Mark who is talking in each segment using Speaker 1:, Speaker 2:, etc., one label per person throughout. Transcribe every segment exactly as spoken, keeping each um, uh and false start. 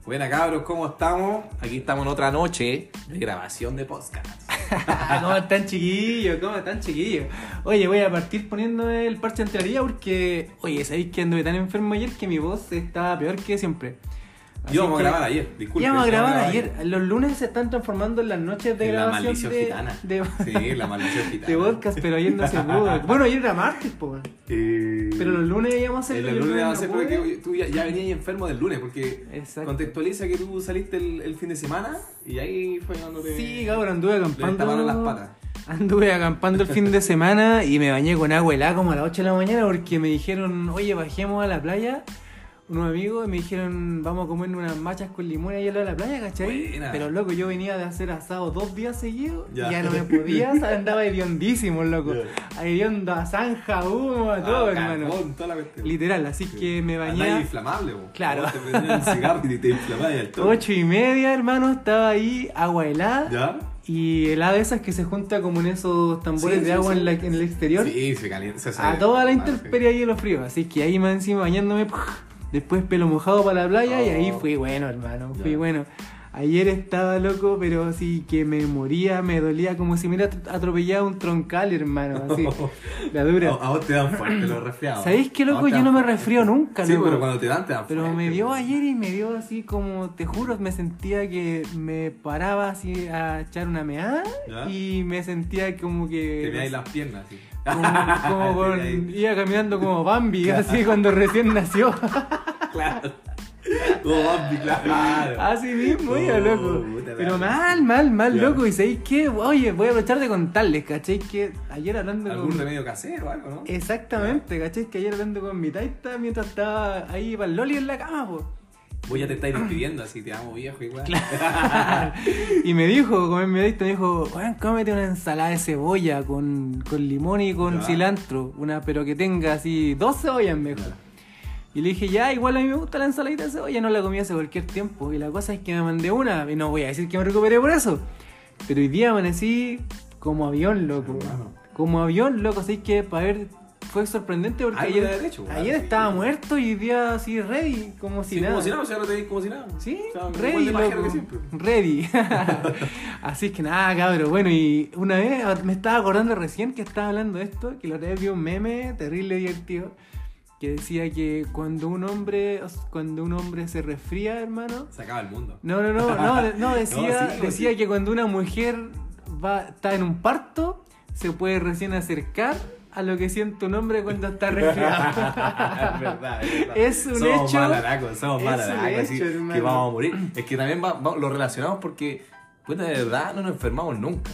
Speaker 1: Buena cabros, ¿cómo estamos? Aquí estamos en otra noche de grabación de podcast.
Speaker 2: ¿Cómo están, chiquillos? ¿Cómo están, chiquillos? Oye, voy a partir poniéndome el parche entre la orilla porque, oye, ¿sabéis que anduve tan enfermo ayer que mi voz estaba peor que siempre?
Speaker 1: Así íbamos a grabar ayer, disculpe.
Speaker 2: Íbamos a grabar ayer. ayer. Los lunes se están transformando en las noches de
Speaker 1: en
Speaker 2: grabación
Speaker 1: la maldición
Speaker 2: de,
Speaker 1: gitana.
Speaker 2: De,
Speaker 1: sí, la maldición gitana.
Speaker 2: De podcast, pero ayer no se pudo. Bueno, ayer era martes, po.
Speaker 1: Eh...
Speaker 2: Pero los lunes íbamos a hacer.
Speaker 1: El, el lunes íbamos a hacer
Speaker 2: no
Speaker 1: porque tú ya, ya venías enfermo del lunes, porque
Speaker 2: exacto.
Speaker 1: Contextualiza que tú saliste el, el fin de semana y ahí fue cuando te...
Speaker 2: Sí, cabrón, anduve acampando.
Speaker 1: Le las patas.
Speaker 2: Anduve acampando el fin de semana y me bañé con agua helada como a las ocho de la mañana porque me dijeron, oye, bajemos a la playa. Unos amigos me dijeron, vamos a comer unas machas con limón ahí al lado de la playa, ¿cachai?
Speaker 1: Buena.
Speaker 2: Pero loco, yo venía de hacer asado dos días seguidos
Speaker 1: ya,
Speaker 2: y ya no me podía, andaba hediondísimo, loco. Yeah. Hediondo a zanja, humo, a todo, ah, hermano.
Speaker 1: Carbón, toda la
Speaker 2: literal, así sí. que me bañé.
Speaker 1: Andaba inflamable, vos.
Speaker 2: Claro.
Speaker 1: Vos te prendías el cigarro y te inflamabas el todo.
Speaker 2: Ocho y media, hermano, estaba ahí, agua helada.
Speaker 1: ¿Ya?
Speaker 2: Y helada de esas que se junta como en esos tambores
Speaker 1: sí,
Speaker 2: de
Speaker 1: sí,
Speaker 2: agua
Speaker 1: sí.
Speaker 2: En, la, en el exterior.
Speaker 1: Sí, se calienta. Se
Speaker 2: a toda la intemperie y hielo frío. Así que ahí más encima bañándome. Después pelo mojado para la playa oh. y ahí fui bueno, hermano, fui yeah. bueno. Ayer estaba loco, pero así que me moría, me dolía como si me hubiera atropellado un troncal, hermano, así, la dura.
Speaker 1: A, a vos te dan fuerte los resfriados.
Speaker 2: ¿Sabéis qué, loco? Yo no me resfrío nunca,
Speaker 1: sí,
Speaker 2: loco.
Speaker 1: pero cuando te dan te dan
Speaker 2: Pero
Speaker 1: fuerte,
Speaker 2: me dio
Speaker 1: pues.
Speaker 2: ayer y me dio así como, te juro, me sentía que me paraba así a echar una meada y me sentía como que...
Speaker 1: Te veáis las piernas, así.
Speaker 2: Como, como con, iba caminando como Bambi, claro. Así cuando recién nació.
Speaker 1: Claro. Como Bambi, claro.
Speaker 2: Así mismo, oh, iba loco. Pero mal, mal, mal, claro. Loco. ¿Y sabéis qué? Oye, voy a aprovechar de contarles, ¿cachai? Que ayer hablando
Speaker 1: ¿Algún
Speaker 2: con...
Speaker 1: remedio casero o algo, no?
Speaker 2: Exactamente, ¿cachai? Que ayer hablando con mi taita mientras estaba ahí para el Loli en la cama, pues.
Speaker 1: Vos ya te estáis despidiendo, así te amo viejo igual.
Speaker 2: Claro. Y me dijo, como mi adicto, me dijo, bueno, cómete una ensalada de cebolla con, con limón y con claro. cilantro, una pero que tenga así dos cebollas mejor. Claro. Y le dije, ya, igual a mí me gusta la ensaladita de cebolla, no la comí hace cualquier tiempo. Y la cosa es que me mandé una, y no voy a decir que me recuperé por eso. Pero hoy día amanecí como avión, loco. Hermano. Como avión, loco, así que para ver... Fue sorprendente porque ayer, derecho, ayer claro, estaba sí, muerto y hoy día así ready, como si
Speaker 1: sí,
Speaker 2: nada.
Speaker 1: Como si nada, o sea, no te veis como si nada.
Speaker 2: Sí,
Speaker 1: o sea,
Speaker 2: ready, loco. Ready. Así es que nada, cabrón. Bueno, y una vez me estaba acordando recién que estaba hablando de esto, que la otra vez vi un meme terrible divertido que decía que cuando un hombre cuando un hombre se resfría, hermano,
Speaker 1: se acaba el mundo.
Speaker 2: No, no, no, no, no decía,
Speaker 1: no, sí,
Speaker 2: decía
Speaker 1: sí.
Speaker 2: que cuando una mujer va está en un parto, se puede recién acercar a lo que siente un hombre cuando está resfriado.
Speaker 1: Es verdad, es verdad.
Speaker 2: Es un
Speaker 1: somos
Speaker 2: hecho.
Speaker 1: Malaracos, somos
Speaker 2: es
Speaker 1: malaracos, así
Speaker 2: hecho,
Speaker 1: que vamos a morir. Es que también va, va, lo relacionamos porque, pues de verdad, no nos enfermamos nunca.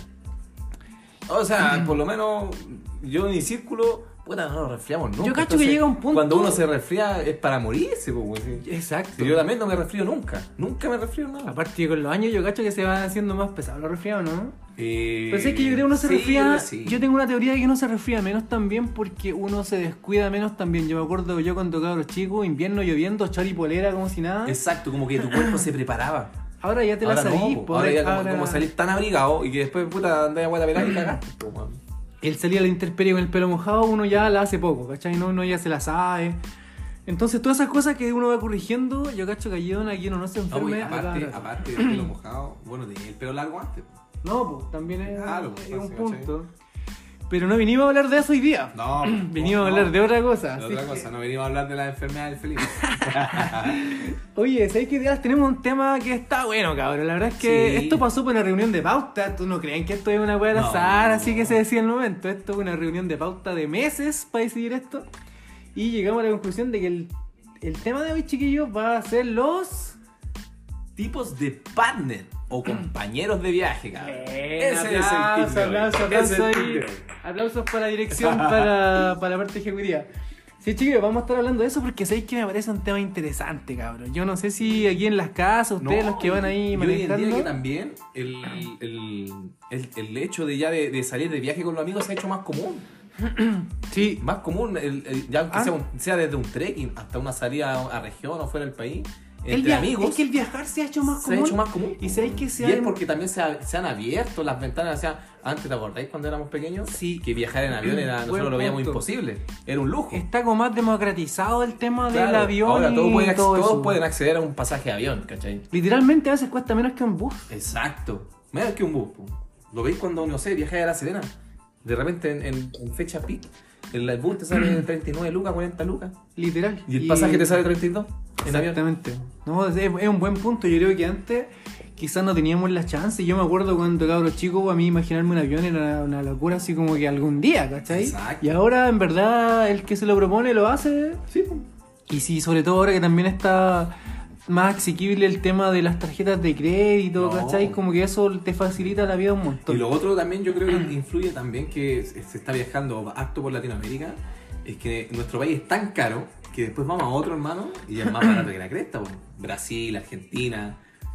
Speaker 1: O sea, por lo menos yo en mi círculo, puta, no nos resfriamos nunca.
Speaker 2: Yo cacho
Speaker 1: Entonces,
Speaker 2: que llega un punto...
Speaker 1: Cuando uno se resfría es para morirse, pues.
Speaker 2: Exacto.
Speaker 1: Yo también no me resfrío nunca. Nunca me resfrío nada.
Speaker 2: Aparte que con los años yo cacho que se van haciendo más pesados los resfriados, ¿no?
Speaker 1: Eh,
Speaker 2: Pero es que yo creo que uno se
Speaker 1: sí,
Speaker 2: resfría.
Speaker 1: Sí.
Speaker 2: Yo tengo una teoría de que uno se resfría menos también porque uno se descuida menos también. Yo me acuerdo yo cuando cabros chicos, invierno lloviendo, chor y polera como si nada.
Speaker 1: Exacto, como que tu cuerpo se preparaba.
Speaker 2: Ahora ya te la sabís,
Speaker 1: no, ahora ya como, como salís tan abrigado y que después puta andás a guata pelada y cagaste, po, man.
Speaker 2: El salir a la intemperie con el pelo mojado, uno ya la hace poco, ¿cachai? No, uno ya se la sabe. Entonces, todas esas cosas que uno va corrigiendo, yo cacho que ayudan a que uno no se enferme.
Speaker 1: No, aparte, acá, aparte del pelo mojado, bueno, tenía el pelo largo antes.
Speaker 2: No, pues también es,
Speaker 1: claro,
Speaker 2: es
Speaker 1: pues,
Speaker 2: un
Speaker 1: sí,
Speaker 2: punto. Pero no vinimos a hablar de eso hoy día.
Speaker 1: No,
Speaker 2: vinimos
Speaker 1: no,
Speaker 2: a hablar
Speaker 1: no,
Speaker 2: de otra cosa.
Speaker 1: De otra cosa, que... no venimos a hablar de la enfermedad del Felipe.
Speaker 2: Oye, ¿sabes qué ideas? Tenemos un tema que está bueno, cabrón. La verdad es que sí. Esto pasó por una reunión de pauta. Tú no crean que esto es una weá al azar, no, así que se decía en el momento. Esto fue una reunión de pauta de meses para decidir esto. Y llegamos a la conclusión de que el, el tema de hoy, chiquillos, va a ser los
Speaker 1: tipos de partner o compañeros de viaje, cabrón.
Speaker 2: Ese aplausos, es el aplausos, aplausos, aplausos, aplausos para la dirección, para, para la parte ejecutiva. Sí, chicos, vamos a estar hablando de eso porque sabéis que me parece un tema interesante, cabrón. Yo no sé si aquí en las casas, ustedes no, los que van ahí manejando...
Speaker 1: Hoy en día que también el, el, el, el hecho de ya de, de salir de viaje con los amigos se ha hecho más común.
Speaker 2: Sí.
Speaker 1: Más común, el, el, ya aunque ah. sea, un, sea desde un trekking hasta una salida a región o fuera del país, entre
Speaker 2: el via-
Speaker 1: amigos.
Speaker 2: Es que el viajar se ha hecho más
Speaker 1: se
Speaker 2: común.
Speaker 1: ha hecho más común.
Speaker 2: Y sabéis que se
Speaker 1: Y
Speaker 2: ha...
Speaker 1: es porque también se, ha- se han abierto las ventanas. O sea, antes, ¿te acordáis cuando éramos pequeños?
Speaker 2: Sí.
Speaker 1: Que viajar en avión era,
Speaker 2: Buen
Speaker 1: nosotros lo veíamos
Speaker 2: punto.
Speaker 1: imposible. Era un lujo.
Speaker 2: Está como más democratizado el tema del
Speaker 1: Claro,
Speaker 2: avión
Speaker 1: ahora todos,
Speaker 2: y
Speaker 1: pueden, acc-
Speaker 2: todo
Speaker 1: todos
Speaker 2: eso.
Speaker 1: pueden acceder a un pasaje de avión, ¿cachai?
Speaker 2: Literalmente a veces cuesta menos que un bus.
Speaker 1: Exacto. Menos que un bus. po. ¿Lo veis cuando, no sé, viajáis a La Serena? De repente en, en, en fecha peak, el, el bus te sale treinta y nueve lucas, cuarenta lucas.
Speaker 2: Literal.
Speaker 1: Y el pasaje te sale treinta y dos en avión.
Speaker 2: Exactamente. No, es, es un buen punto. Yo creo que antes quizás no teníamos la chance. Yo me acuerdo cuando cabros chico, a mí imaginarme un avión era una locura, así como que algún día, ¿cachai?
Speaker 1: Exacto.
Speaker 2: Y ahora, en verdad, el que se lo propone lo hace.
Speaker 1: Sí, po.
Speaker 2: Y sí, sobre todo ahora que también está más asequible el tema de las tarjetas de crédito,
Speaker 1: No.
Speaker 2: ¿cachai? Como que eso te facilita la vida un montón.
Speaker 1: Y lo otro también yo creo que influye también que se se está viajando harto por Latinoamérica, es que nuestro país es tan caro que después vamos a otro, hermano, y ya es más barato que la cresta, po. Brasil, Argentina.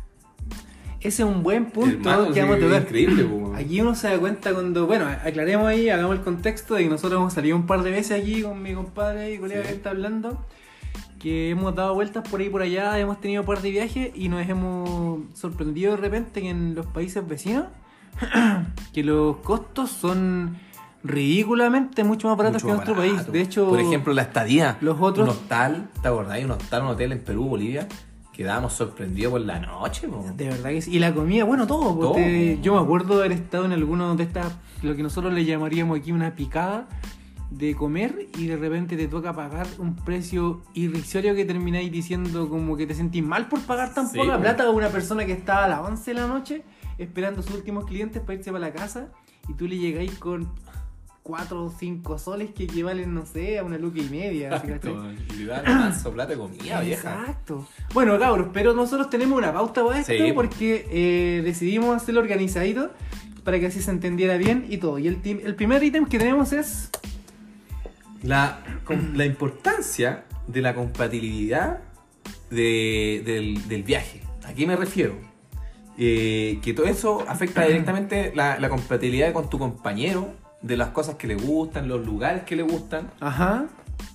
Speaker 2: Ese es un buen punto
Speaker 1: Hermano,
Speaker 2: que
Speaker 1: sí,
Speaker 2: vamos a tocar.
Speaker 1: increíble, po.
Speaker 2: Aquí uno se da cuenta cuando, bueno, aclaremos ahí, hagamos el contexto de que nosotros hemos salido un par de veces aquí con mi compadre y colega
Speaker 1: Sí.
Speaker 2: que está hablando, que hemos dado vueltas por ahí y por allá, hemos tenido un par de viajes y nos hemos sorprendido de repente que en los países vecinos que los costos son ridículamente mucho más baratos
Speaker 1: Mucho
Speaker 2: que en
Speaker 1: más
Speaker 2: nuestro
Speaker 1: barato.
Speaker 2: país. De hecho,
Speaker 1: por ejemplo, la estadía.
Speaker 2: los otros-
Speaker 1: Un hostal, ¿te acordás? Un hostal, un hotel en Perú, Bolivia. Quedábamos sorprendidos por la noche, po.
Speaker 2: de verdad que sí. Y la comida, bueno, todo.
Speaker 1: Todo.
Speaker 2: porque yo me acuerdo de haber estado en alguno de estas, lo que nosotros le llamaríamos aquí una picada de comer y de repente te toca pagar un precio irrisorio que termináis diciendo como que te sentís mal por pagar tan
Speaker 1: Sí,
Speaker 2: poca
Speaker 1: po.
Speaker 2: plata a una persona que está a las once de la noche esperando a sus últimos clientes para irse para la casa y tú le llegáis con cuatro o cinco soles que equivalen, no sé, a una luca y media. ¿sí, cachai?
Speaker 1: Exacto. Y le dan un manso plato de comida, vieja.
Speaker 2: Exacto. Bueno, cabros, pero nosotros tenemos una pauta para esto
Speaker 1: Sí.
Speaker 2: porque eh, decidimos hacerlo organizadito para que así se entendiera bien y todo. Y el, tim- el primer ítem que tenemos es...
Speaker 1: La, com- la importancia de la compatibilidad de- del, del viaje. ¿A qué me refiero? Eh, que todo eso afecta directamente la, la compatibilidad con tu compañero, de las cosas que le gustan, los lugares que le gustan,
Speaker 2: Ajá.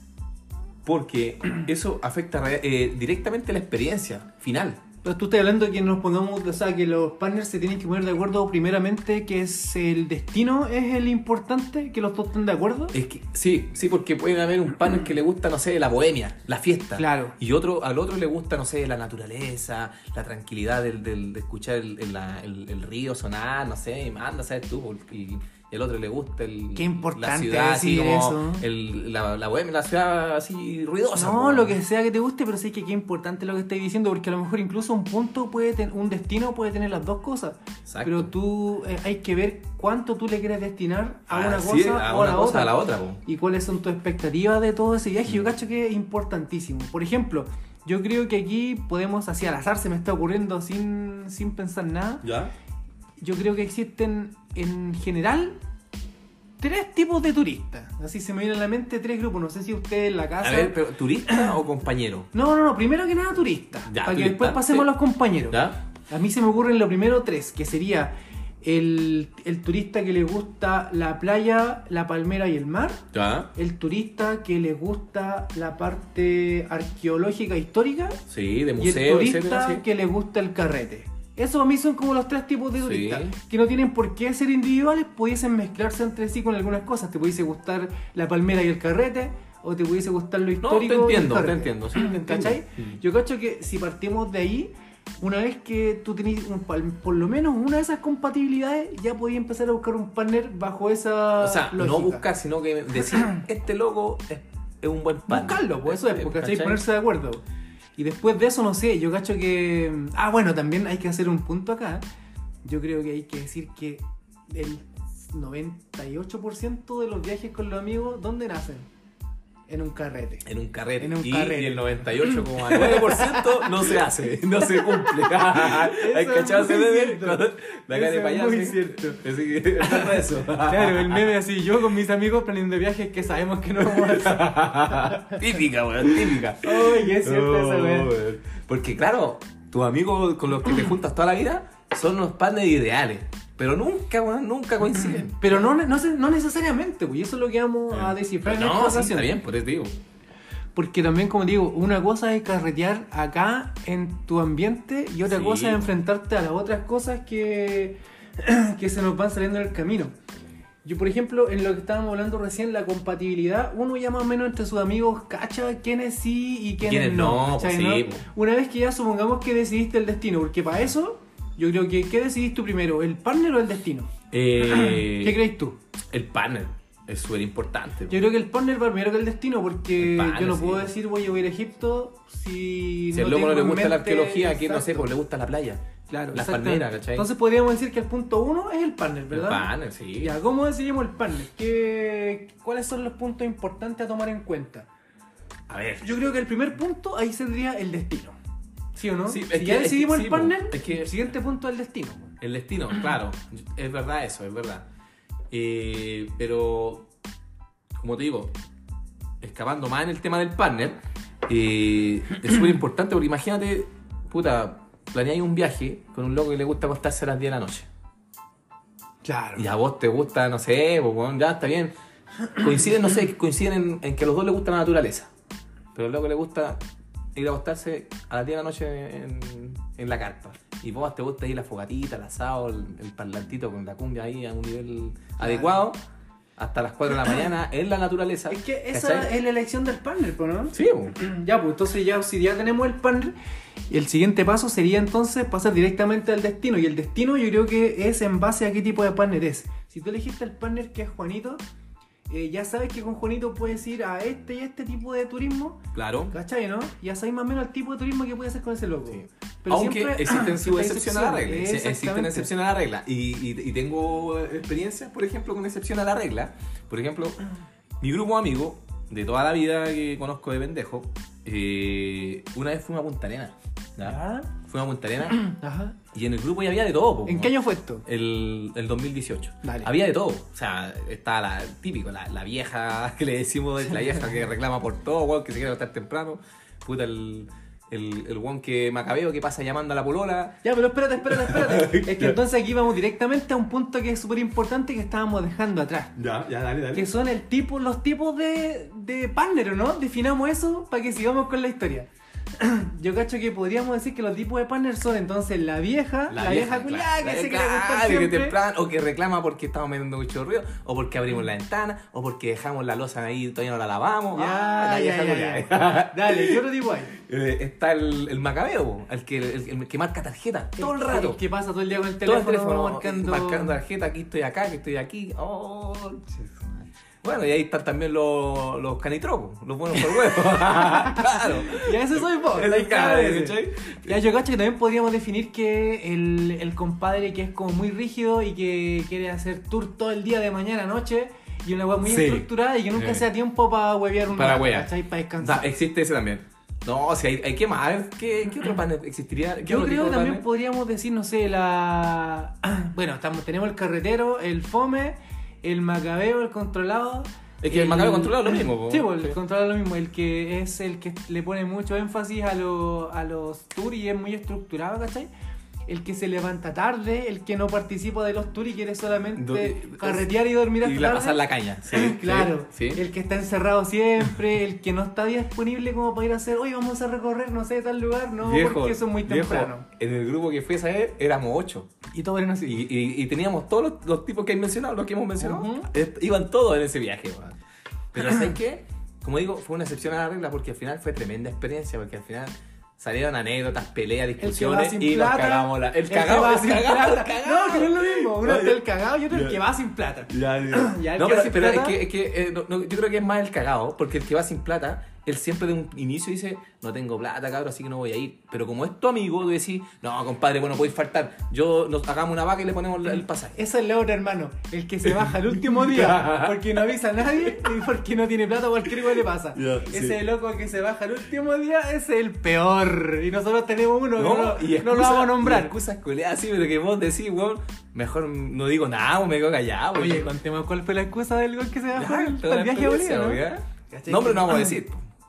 Speaker 1: porque eso afecta re- eh, directamente la experiencia final.
Speaker 2: Entonces tú estás hablando de que nos pongamos, o sea, que los partners se tienen que poner de acuerdo primeramente, que es el destino, es el importante, que los dos estén de acuerdo.
Speaker 1: Es que sí, sí, porque puede haber un partner que le gusta, no sé, la bohemia, la fiesta.
Speaker 2: Claro.
Speaker 1: Y otro, al otro le gusta, no sé, la naturaleza, la tranquilidad del, del- de escuchar el, el- la- el- el río sonar, no sé, y manda, ¿sabes tú? Y, y el otro le gusta el,
Speaker 2: Qué importante
Speaker 1: la ciudad, así
Speaker 2: decir
Speaker 1: como
Speaker 2: eso.
Speaker 1: el- la, la bohemia, la ciudad así ruidosa.
Speaker 2: No,
Speaker 1: po.
Speaker 2: lo que sea que te guste, pero sé que qué importante lo que estáis diciendo, porque a lo mejor incluso un punto puede tener, un destino puede tener las dos cosas.
Speaker 1: Exacto.
Speaker 2: Pero tú eh, hay que ver cuánto tú le quieres destinar a
Speaker 1: Ah,
Speaker 2: una
Speaker 1: sí,
Speaker 2: cosa
Speaker 1: a
Speaker 2: o a
Speaker 1: una
Speaker 2: la
Speaker 1: cosa,
Speaker 2: otra.
Speaker 1: a la otra, po.
Speaker 2: Y cuáles son tus expectativas de todo ese viaje. Yo
Speaker 1: Mm.
Speaker 2: cacho que es importantísimo. Por ejemplo, yo creo que aquí podemos, así al azar se me está ocurriendo sin, sin pensar nada.
Speaker 1: ¿Ya?
Speaker 2: Yo creo que existen en general tres tipos de turistas. Así se me vienen a la mente tres grupos. No sé si usted en la casa.
Speaker 1: A ver, pero ¿turista o compañero?
Speaker 2: No, no, no. Primero que nada, turistas.
Speaker 1: Ya,
Speaker 2: para que
Speaker 1: turista,
Speaker 2: después pasemos
Speaker 1: sí.
Speaker 2: a los compañeros.
Speaker 1: ¿Ya?
Speaker 2: A mí se me ocurren lo primero tres, que sería el, el turista que le gusta la playa, la palmera y el mar.
Speaker 1: ¿Ya?
Speaker 2: El turista que le gusta la parte arqueológica histórica.
Speaker 1: Sí, de
Speaker 2: Y el
Speaker 1: museo,
Speaker 2: turista
Speaker 1: etcétera, sí.
Speaker 2: que le gusta el carrete. Esos a mí son como los tres tipos de
Speaker 1: Sí.
Speaker 2: turistas. Que no tienen por qué ser individuales, pudiesen mezclarse entre sí con algunas cosas. Te pudiese gustar la palmera y el carrete, o te pudiese gustar lo
Speaker 1: No,
Speaker 2: histórico.
Speaker 1: te
Speaker 2: y el
Speaker 1: entiendo, te
Speaker 2: carrete.
Speaker 1: entiendo, sí, te entiendo.
Speaker 2: ¿Cachai?
Speaker 1: Mm.
Speaker 2: Yo cacho que si partimos de ahí, una vez que tú tenés un pal- por lo menos una de esas compatibilidades, ya podías empezar a buscar un partner bajo esa
Speaker 1: O sea,
Speaker 2: lógica.
Speaker 1: no buscar, sino que decir, este loco es, es un buen partner.
Speaker 2: Buscarlo, pues eso es, porque ¿cachai?
Speaker 1: ¿Cachai?
Speaker 2: Ponerse de acuerdo. Y después de eso, no sé, yo cacho que... Ah, bueno, también hay que hacer un punto acá. Yo creo que hay que decir que el noventa y ocho por ciento de los viajes con los amigos, ¿dónde nacen? En un carrete.
Speaker 1: En un carrete.
Speaker 2: En un
Speaker 1: y,
Speaker 2: carrete.
Speaker 1: y el noventa y ocho coma nueve por ciento no se hace, no se cumple. Hay
Speaker 2: Eso
Speaker 1: que
Speaker 2: es
Speaker 1: echarse
Speaker 2: muy
Speaker 1: de
Speaker 2: cierto.
Speaker 1: la cara de
Speaker 2: Eso es
Speaker 1: payaso.
Speaker 2: muy cierto.
Speaker 1: Así que, es verdad eso.
Speaker 2: Claro, el meme así, yo con mis amigos planeando viajes que sabemos que no vamos a hacer.
Speaker 1: Típica, weón, típica.
Speaker 2: Ay, qué cierto esa
Speaker 1: Oh,
Speaker 2: weá.
Speaker 1: weón. Porque claro, tus amigos con los que te juntas toda la vida son los partners ideales. Pero nunca, weón, nunca coinciden.
Speaker 2: Pero no, no, no necesariamente, pues, y eso es lo que vamos a descifrar en
Speaker 1: no,
Speaker 2: esta
Speaker 1: sí,
Speaker 2: ocasión.
Speaker 1: está bien, por eso digo.
Speaker 2: Porque también, como digo, una cosa es carretear acá en tu ambiente y otra
Speaker 1: Sí.
Speaker 2: cosa es enfrentarte a las otras cosas que, que se nos van saliendo en el camino. Yo, por ejemplo, en lo que estábamos hablando recién, la compatibilidad, uno ya más o menos entre sus amigos cacha quiénes sí y quiénes,
Speaker 1: Quiénes no,
Speaker 2: ¿cachai,
Speaker 1: pues
Speaker 2: no?
Speaker 1: sí, pues.
Speaker 2: Una vez que ya supongamos que decidiste el destino, porque para eso, yo creo que, ¿qué decidís tú primero? ¿El partner o el destino?
Speaker 1: Eh,
Speaker 2: ¿Qué crees tú?
Speaker 1: El partner es súper importante.
Speaker 2: Yo creo que el partner va primero que el destino, porque
Speaker 1: El partner,
Speaker 2: yo no
Speaker 1: sí.
Speaker 2: puedo decir voy a ir a Egipto si,
Speaker 1: Si
Speaker 2: no
Speaker 1: al loco no
Speaker 2: tengo
Speaker 1: le
Speaker 2: en
Speaker 1: gusta la
Speaker 2: mente-
Speaker 1: arqueología, que no sé,
Speaker 2: Exacto.
Speaker 1: pues le gusta la playa.
Speaker 2: Claro,
Speaker 1: las
Speaker 2: exactamente.
Speaker 1: palmeras, ¿cachai?
Speaker 2: Entonces podríamos decir que el punto uno es el partner, ¿verdad?
Speaker 1: El partner, sí.
Speaker 2: Ya, ¿cómo decidimos el partner? ¿Qué, ¿Cuáles son los puntos importantes a tomar en cuenta?
Speaker 1: A ver.
Speaker 2: Yo creo que el primer punto ahí sería el destino. ¿Sí o no?
Speaker 1: Sí,
Speaker 2: si
Speaker 1: es que-
Speaker 2: ya
Speaker 1: es que-
Speaker 2: decidimos
Speaker 1: sí,
Speaker 2: el
Speaker 1: po.
Speaker 2: partner,
Speaker 1: Es que-
Speaker 2: el siguiente punto es el destino.
Speaker 1: El destino, claro. Es verdad eso, es verdad. Eh, pero, como te digo, escapando más en el tema del partner, eh, es súper importante porque imagínate, puta, planeáis un viaje con un loco que le gusta acostarse a las diez de la noche.
Speaker 2: Claro.
Speaker 1: Y a vos te gusta, no sé, pues, bueno, ya está bien. Coinciden, no sé, coinciden en, en que a los dos les gusta la naturaleza. Pero al loco le gusta ir a acostarse a las diez de la noche en, en la carpa. Y vos te gusta ir la fogatita, el asado, el, el parlantito con la cumbia ahí a un nivel adecuado. Hasta las cuatro de la mañana en la naturaleza.
Speaker 2: Es que esa
Speaker 1: ¿cachai?
Speaker 2: es la elección del partner, ¿no?
Speaker 1: Sí, pues.
Speaker 2: Ya, pues entonces ya, si ya tenemos el partner, el siguiente paso sería entonces pasar directamente al destino. Y el destino yo creo que es en base a qué tipo de partner es. Si tú elegiste el partner que es Juanito, eh, ya sabes que con Juanito puedes ir a este y este tipo de turismo,
Speaker 1: Claro.
Speaker 2: ¿cachai, no? Ya sabes más o menos el tipo de turismo que puedes hacer con ese loco.
Speaker 1: Sí.
Speaker 2: Pero
Speaker 1: Aunque
Speaker 2: siempre-
Speaker 1: existen sus
Speaker 2: hay
Speaker 1: excepciones a la regla.
Speaker 2: excepciones,
Speaker 1: Existen
Speaker 2: exactamente.
Speaker 1: excepciones a la regla. Y, y, y tengo experiencias, por ejemplo, con excepción a la regla. Por ejemplo, mi grupo de amigos de toda la vida que conozco de pendejo, eh, una vez fuimos a Punta Arenas. ¿ya?
Speaker 2: ¿Ya?
Speaker 1: Fuimos a Punta Arenas
Speaker 2: Ajá.
Speaker 1: y en el grupo ya había de todo. po,
Speaker 2: ¿En
Speaker 1: ¿no?
Speaker 2: qué año fue esto?
Speaker 1: El, el dos mil dieciocho.
Speaker 2: Dale.
Speaker 1: Había de todo. O sea, estaba la típico, la, la vieja que le decimos, la vieja que reclama por todo, weón, que se quiere levantar temprano. Puta, el, el, el weón que macabeo que pasa llamando a la polola.
Speaker 2: Ya, pero espérate, espérate, espérate. Es que entonces aquí vamos directamente a un punto que es súper importante que estábamos dejando atrás.
Speaker 1: Ya, ya, dale,
Speaker 2: Que son el tipo, los tipos de, de partner, ¿no? Definamos eso para que sigamos con la historia. Yo cacho que podríamos decir que los tipos de partner son entonces la vieja, la, vieja culiada
Speaker 1: claro,
Speaker 2: que se quiere
Speaker 1: claro,
Speaker 2: acostar
Speaker 1: que
Speaker 2: siempre.
Speaker 1: temprano, o que reclama porque estamos metiendo mucho ruido, o porque abrimos la ventana, o porque dejamos la loza ahí y todavía no la lavamos.
Speaker 2: Ya,
Speaker 1: Ah, la
Speaker 2: ya,
Speaker 1: vieja
Speaker 2: ya,
Speaker 1: culiá.
Speaker 2: ya. Dale, ¿qué otro tipo hay?
Speaker 1: Eh, está el, el macabeo, po, el que, el, el que marca tarjeta todo el rato.
Speaker 2: ¿Qué pasa todo el día con el
Speaker 1: Todo
Speaker 2: teléfono,
Speaker 1: el teléfono
Speaker 2: marcando?
Speaker 1: marcando tarjeta, aquí estoy acá, aquí estoy aquí. Oh, bueno, y ahí están también los, los canitropos, los buenos por huevos. Claro.
Speaker 2: Ya ese soy vos.
Speaker 1: Ese
Speaker 2: ¿estás
Speaker 1: es
Speaker 2: claro
Speaker 1: claro,
Speaker 2: de ese?
Speaker 1: ¿cachai?
Speaker 2: Ya, yo cacho que también podríamos definir que el, el compadre que es como muy rígido y que quiere hacer tour todo el día de mañana a noche y una web muy
Speaker 1: Sí.
Speaker 2: estructurada y que nunca
Speaker 1: Sí.
Speaker 2: se da tiempo para huevear un
Speaker 1: Para
Speaker 2: rato,
Speaker 1: huear.
Speaker 2: ¿cachai? Para descansar.
Speaker 1: Da, existe ese también. No, o sea, hay, hay que más. A ver, ¿qué, qué otro panel existiría? ¿Qué
Speaker 2: Yo
Speaker 1: otro
Speaker 2: creo
Speaker 1: tipo
Speaker 2: que
Speaker 1: de
Speaker 2: también
Speaker 1: panel?
Speaker 2: podríamos decir, no sé, la... Bueno, estamos, tenemos el carretero, el fome, el macabeo, el controlado.
Speaker 1: Es que el macabeo controlado es lo mismo, po.
Speaker 2: Sí, pues, el
Speaker 1: Sí.
Speaker 2: controlado es lo mismo. El que es el que le pone mucho énfasis a, lo- a los tours y es muy estructurado, ¿cachai? El que se levanta tarde, el que no participa de los tours y quiere solamente
Speaker 1: Do-
Speaker 2: carretear y dormir hasta
Speaker 1: Y la
Speaker 2: tarde.
Speaker 1: pasar la caña. Sí,
Speaker 2: Claro,
Speaker 1: sí, sí.
Speaker 2: el que está encerrado siempre, el que no está disponible como para ir a hacer, hoy vamos a recorrer, no sé, tal lugar, no,
Speaker 1: Viejo,
Speaker 2: porque eso es muy
Speaker 1: viejo,
Speaker 2: temprano.
Speaker 1: en el grupo que fue esa vez éramos ocho.
Speaker 2: Y todo era así.
Speaker 1: Y, y- y teníamos todos los, los tipos que hay mencionado, los que hemos mencionado,
Speaker 2: Ujú.
Speaker 1: eh, iban todos en ese viaje. Man. Pero ¿sabes qué? Como digo, fue una excepción a la regla porque al final fue tremenda experiencia, porque al final salieron anécdotas, peleas,
Speaker 2: El que va
Speaker 1: discusiones
Speaker 2: sin
Speaker 1: y
Speaker 2: plata,
Speaker 1: nos cagamos la... El
Speaker 2: que
Speaker 1: cagado,
Speaker 2: va
Speaker 1: el
Speaker 2: sin
Speaker 1: cagado,
Speaker 2: plata.
Speaker 1: el cagado.
Speaker 2: No, que no es lo mismo. Uno
Speaker 1: No,
Speaker 2: es
Speaker 1: ya.
Speaker 2: el cagado y otro el
Speaker 1: Ya.
Speaker 2: que va sin plata.
Speaker 1: Ya, ya.
Speaker 2: Ya, el
Speaker 1: no,
Speaker 2: que
Speaker 1: pero,
Speaker 2: va
Speaker 1: sí,
Speaker 2: sin
Speaker 1: pero es
Speaker 2: plata-
Speaker 1: que, es que eh, no, no, yo creo que es más el cagado, porque el que va sin plata, él siempre de un inicio dice, no tengo plata, cabrón, así que no voy a ir. Pero como es tu amigo, tú decís, no, compadre, bueno, podéis faltar. Yo nos hagamos una vaca y le ponemos el pasaje.
Speaker 2: Esa es la otra, hermano. El que se baja el último día porque no avisa a nadie y porque no tiene plata, cualquier cosa le pasa.
Speaker 1: Ya,
Speaker 2: ese
Speaker 1: sí.
Speaker 2: loco que se baja el último día ese es el peor. Y nosotros tenemos uno que no,
Speaker 1: No, y
Speaker 2: no lo vamos a
Speaker 1: y
Speaker 2: nombrar.
Speaker 1: excusas coleadas así, pero que vos decís, weón, mejor no digo nada, weón, me quedo callado, weón.
Speaker 2: Oye, contemos cuál fue la excusa del gol que se bajó
Speaker 1: Ya,
Speaker 2: el,
Speaker 1: toda la
Speaker 2: el viaje a Bolivia,
Speaker 1: experiencia,
Speaker 2: ¿no?
Speaker 1: weón.
Speaker 2: ¿Cachai?
Speaker 1: No, pero no vamos a decir,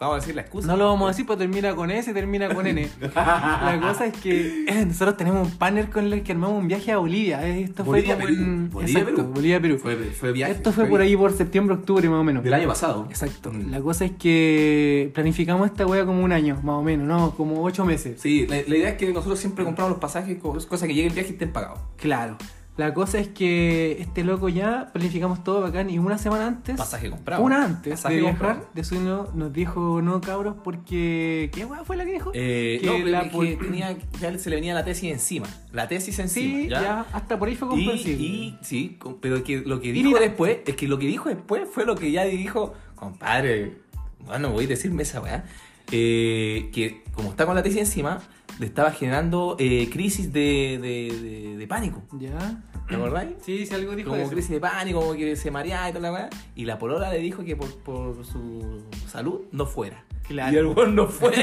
Speaker 1: Vamos a decir la excusa.
Speaker 2: No lo vamos a decir, pero termina con S y termina con N. La cosa es que eh, nosotros tenemos un partner con el que armamos un viaje a Bolivia. Esto
Speaker 1: Bolivia,
Speaker 2: fue como
Speaker 1: Perú.
Speaker 2: en...
Speaker 1: Bolivia,
Speaker 2: Exacto,
Speaker 1: Perú.
Speaker 2: Bolivia, Perú.
Speaker 1: Fue, fue viaje.
Speaker 2: Esto fue por ahí por septiembre, octubre más o menos.
Speaker 1: Del año pasado.
Speaker 2: Exacto.
Speaker 1: Mm.
Speaker 2: La cosa es que planificamos esta wea como un año, más o menos, ¿no? Como ocho meses.
Speaker 1: Sí, la, la idea es que nosotros siempre compramos los pasajes, cosas que llegue el viaje y estén pagados.
Speaker 2: Claro. La cosa es que este loco ya planificamos todo bacán y una semana antes,
Speaker 1: Pasaje comprado.
Speaker 2: una antes
Speaker 1: Pasaje
Speaker 2: de viajar,
Speaker 1: comprado.
Speaker 2: de su no, nos dijo, no cabros, porque... ¿Qué weá fue la que dijo?
Speaker 1: Eh,
Speaker 2: que
Speaker 1: no,
Speaker 2: la
Speaker 1: que
Speaker 2: pol-
Speaker 1: tenía, ya se le venía la tesis encima. La tesis encima.
Speaker 2: Sí, ya. hasta por ahí fue
Speaker 1: Y,
Speaker 2: comprensible.
Speaker 1: y sí, con- pero que lo que
Speaker 2: Y
Speaker 1: dijo
Speaker 2: mira.
Speaker 1: después, es que lo que dijo después fue lo que ya dijo, compadre, bueno, voy a decirme esa weá, eh, que como está con la tesis encima, le estaba generando eh, crisis de, de, de, de pánico.
Speaker 2: ¿Ya?
Speaker 1: ¿Te acordáis?
Speaker 2: Sí, sí, algo dijo
Speaker 1: Como
Speaker 2: eso.
Speaker 1: crisis de pánico, como que se mareaba y toda la weá. Y la polola le dijo que por, por su salud no fuera.
Speaker 2: Claro.
Speaker 1: Y el weón no fue.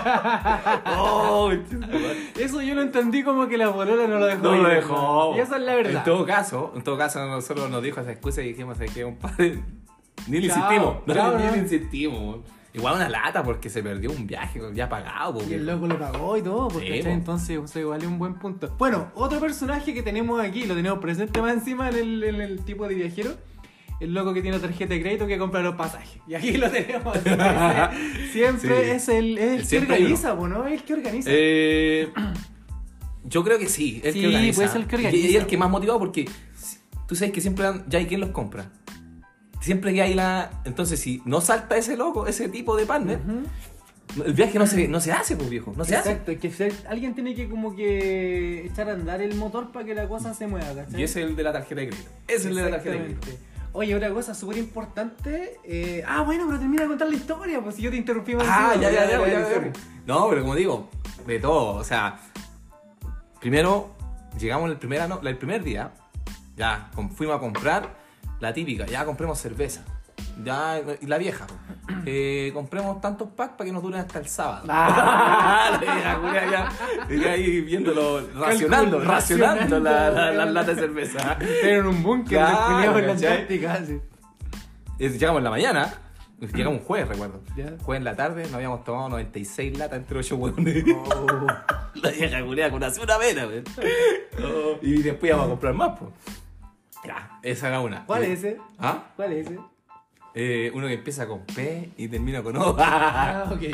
Speaker 1: Oh,
Speaker 2: Eso yo lo entendí como que la polola no lo dejó.
Speaker 1: no
Speaker 2: ir,
Speaker 1: lo dejó.
Speaker 2: Y esa es la verdad.
Speaker 1: En todo caso, en todo caso, nosotros nos dijo esa excusa y dijimos que compadre, ni le
Speaker 2: Chao,
Speaker 1: insistimos. No,
Speaker 2: chao,
Speaker 1: ni
Speaker 2: no.
Speaker 1: le insistimos. Igual una lata porque se perdió un viaje ya pagado.
Speaker 2: Y
Speaker 1: Porque...
Speaker 2: el loco lo pagó y todo,
Speaker 1: Sí,
Speaker 2: porque
Speaker 1: po.
Speaker 2: entonces o sea, igual es un buen punto. Bueno, otro personaje que tenemos aquí, lo tenemos presente más encima en el, en el tipo de viajero, el loco que tiene tarjeta de crédito que compra los pasajes. Y aquí lo tenemos. Siempre
Speaker 1: Sí.
Speaker 2: es el, es el que
Speaker 1: Siempre hay
Speaker 2: organiza, po, ¿no? Es el que organiza.
Speaker 1: Eh, yo creo que sí, el
Speaker 2: Sí,
Speaker 1: que organiza.
Speaker 2: puede ser el que
Speaker 1: Y-
Speaker 2: organiza.
Speaker 1: Y, el que más motivado porque si- tú sabes que siempre dan- ya hay quien los compra. Siempre que hay la... Entonces, si no salta ese loco, ese tipo de partner,
Speaker 2: Ujú.
Speaker 1: el viaje no se, no se hace, pues viejo. No se
Speaker 2: Exacto, es que ser- alguien tiene que como que echar a andar el motor para que la cosa se mueva,
Speaker 1: hace.
Speaker 2: ¿cachai?
Speaker 1: Y ese es el de la tarjeta de crédito. Ese es el de la tarjeta de crédito.
Speaker 2: Exactamente. Oye, otra cosa súper importante. eh, ah, bueno, pero termina de contar la historia, pues si yo te interrumpí más
Speaker 1: Ah,
Speaker 2: encima,
Speaker 1: ya, ya, ya,
Speaker 2: dale,
Speaker 1: ya,
Speaker 2: dale,
Speaker 1: ya.
Speaker 2: sorry.
Speaker 1: No, pero como digo, de todo. O sea, primero llegamos el primer, ano- el primer día, ya com- fuimos a comprar la típica, ya compremos cerveza. Ya, y la vieja, eh, compremos tantos packs para que nos duren hasta el sábado.
Speaker 2: Ah.
Speaker 1: La vieja, culia, ya, ya ahí viéndolo, racionando,
Speaker 2: Cálculo,
Speaker 1: racionando la, la, la,
Speaker 2: racionando.
Speaker 1: lata de cerveza.
Speaker 2: Era en un búnker,
Speaker 1: Claro,
Speaker 2: desculiado en la
Speaker 1: ¿cachai?
Speaker 2: Antártica. Sí.
Speaker 1: Eh, Llegamos en la mañana, llegamos un jueves, recuerdo.
Speaker 2: Ya.
Speaker 1: Jueves en la tarde, nos habíamos tomado noventa y seis latas entre ocho hueones.
Speaker 2: Oh.
Speaker 1: La vieja culiada con una una pena, güey. Oh, y después íbamos a comprar más, pues. Ya, esa era una.
Speaker 2: ¿Cuál
Speaker 1: Y-
Speaker 2: es ese?
Speaker 1: ¿Ah?
Speaker 2: ¿Cuál es ese?
Speaker 1: Eh, uno que empieza con P y termina con O.
Speaker 2: Ah, ok.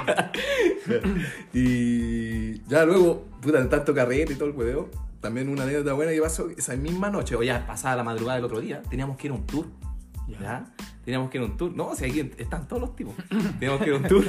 Speaker 1: Y ya luego, puta, en tanto carrete y todo el hueveo, también una anécdota buena que pasó esa misma noche, o ya pasada la madrugada del otro día, teníamos que ir a un tour.
Speaker 2: Ya.
Speaker 1: ¿Ya? Teníamos que ir a un tour. No, o sea, aquí están todos los tipos. Teníamos que ir a un tour.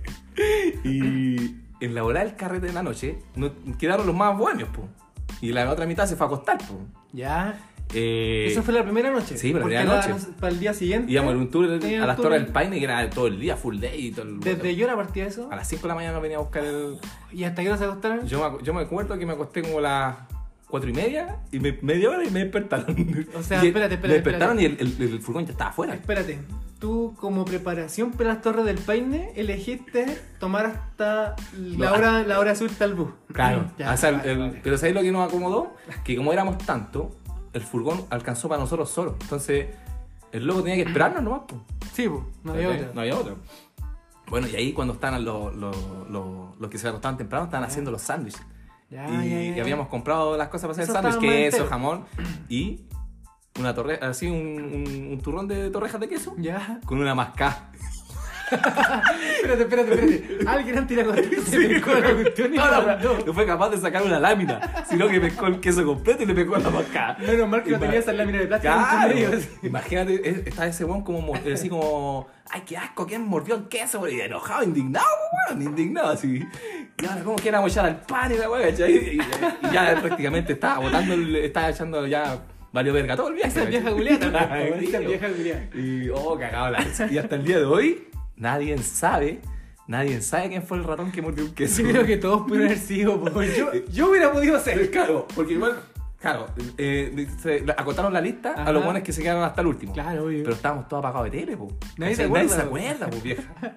Speaker 1: Y en la hora del carrete de la noche, no- quedaron los más buenos, po. Y la otra mitad se fue a acostar, po.
Speaker 2: Ya.
Speaker 1: Eh,
Speaker 2: Eso fue la primera noche.
Speaker 1: sí, la
Speaker 2: Porque
Speaker 1: primera
Speaker 2: la-
Speaker 1: noche.
Speaker 2: Para el día siguiente.
Speaker 1: íbamos en un tour
Speaker 2: tenían
Speaker 1: a las
Speaker 2: tour
Speaker 1: Torres
Speaker 2: en-
Speaker 1: del Paine, que era todo el día, full day y todo el...
Speaker 2: ¿Desde qué hora partía eso?
Speaker 1: A las cinco de la mañana nos venía a buscar el...
Speaker 2: ¿Y hasta qué hora se acostaron?
Speaker 1: Yo me, acu- yo me acuerdo que me acosté como a las cuatro y media y me, media hora y me despertaron.
Speaker 2: O sea,
Speaker 1: Y-
Speaker 2: espérate, espérate,
Speaker 1: Me despertaron
Speaker 2: espérate.
Speaker 1: y el, el, el furgón ya estaba afuera.
Speaker 2: Espérate, tú como preparación para las Torres del Paine elegiste tomar hasta la
Speaker 1: No.
Speaker 2: hora, la hora azul al bus.
Speaker 1: Claro,
Speaker 2: Ya,
Speaker 1: o sea, el-
Speaker 2: vale,
Speaker 1: el-
Speaker 2: vale.
Speaker 1: pero ¿sabéis lo que nos acomodó? Que como éramos tanto, el furgón alcanzó para nosotros solos. Entonces, el loco tenía que esperarnos nomás. Po.
Speaker 2: Sí, pues, no había
Speaker 1: ¿Cachai?
Speaker 2: otra.
Speaker 1: No había otra. Bueno, y ahí cuando estaban los, los, los, los que se acostaban temprano, estaban haciendo los sándwiches.
Speaker 2: Ya,
Speaker 1: y,
Speaker 2: ya, ya,
Speaker 1: y
Speaker 2: ya.
Speaker 1: habíamos comprado las cosas para hacer
Speaker 2: Eso
Speaker 1: sándwich,
Speaker 2: estaba más
Speaker 1: queso,
Speaker 2: entero.
Speaker 1: jamón y una torre, así un, un, un turrón de torrejas de queso
Speaker 2: Ya.
Speaker 1: con una mascada.
Speaker 2: Espérate, espérate, espérate. Alguien antes de acostarse se pescó la cuestión y
Speaker 1: No,
Speaker 2: la
Speaker 1: no,
Speaker 2: mandó.
Speaker 1: no fue capaz de sacar una lámina, sino que pescó el queso completo y le pegó la mascada.
Speaker 2: Menos mal que no
Speaker 1: Ima-
Speaker 2: tenía esa lámina de plástico
Speaker 1: Claro.
Speaker 2: en medio. así.
Speaker 1: Imagínate, es- está ese weón como, mo- así como, ay, qué asco, ¿quién mordió el queso? Y enojado, indignado, weón, indignado, así. Y ahora, ¿cómo quieren echar al pan y la weón? ¿Cachai? Y, y ya prácticamente estaba botando, el- estaba echando ya, valió verga todo el viaje.
Speaker 2: Esa vieja
Speaker 1: ¿cachai?
Speaker 2: culiada.
Speaker 1: Ay,
Speaker 2: Esa
Speaker 1: tío.
Speaker 2: vieja culiada.
Speaker 1: Y, oh, cagado la risa. Y hasta el día de hoy, nadie sabe, nadie sabe quién fue el ratón que mordió un queso.
Speaker 2: Yo creo que todos pudieron haber sido, pues, yo, yo hubiera podido ser.
Speaker 1: Claro, porque igual, claro, eh, se acotaron la lista
Speaker 2: Ajá.
Speaker 1: a los buenos que se quedaron hasta el último.
Speaker 2: Claro, obvio.
Speaker 1: Pero estábamos todos apagados de tele, po.
Speaker 2: Nadie se
Speaker 1: ¿Cachai? Nadie
Speaker 2: acuerda,
Speaker 1: se
Speaker 2: po.
Speaker 1: acuerda, po,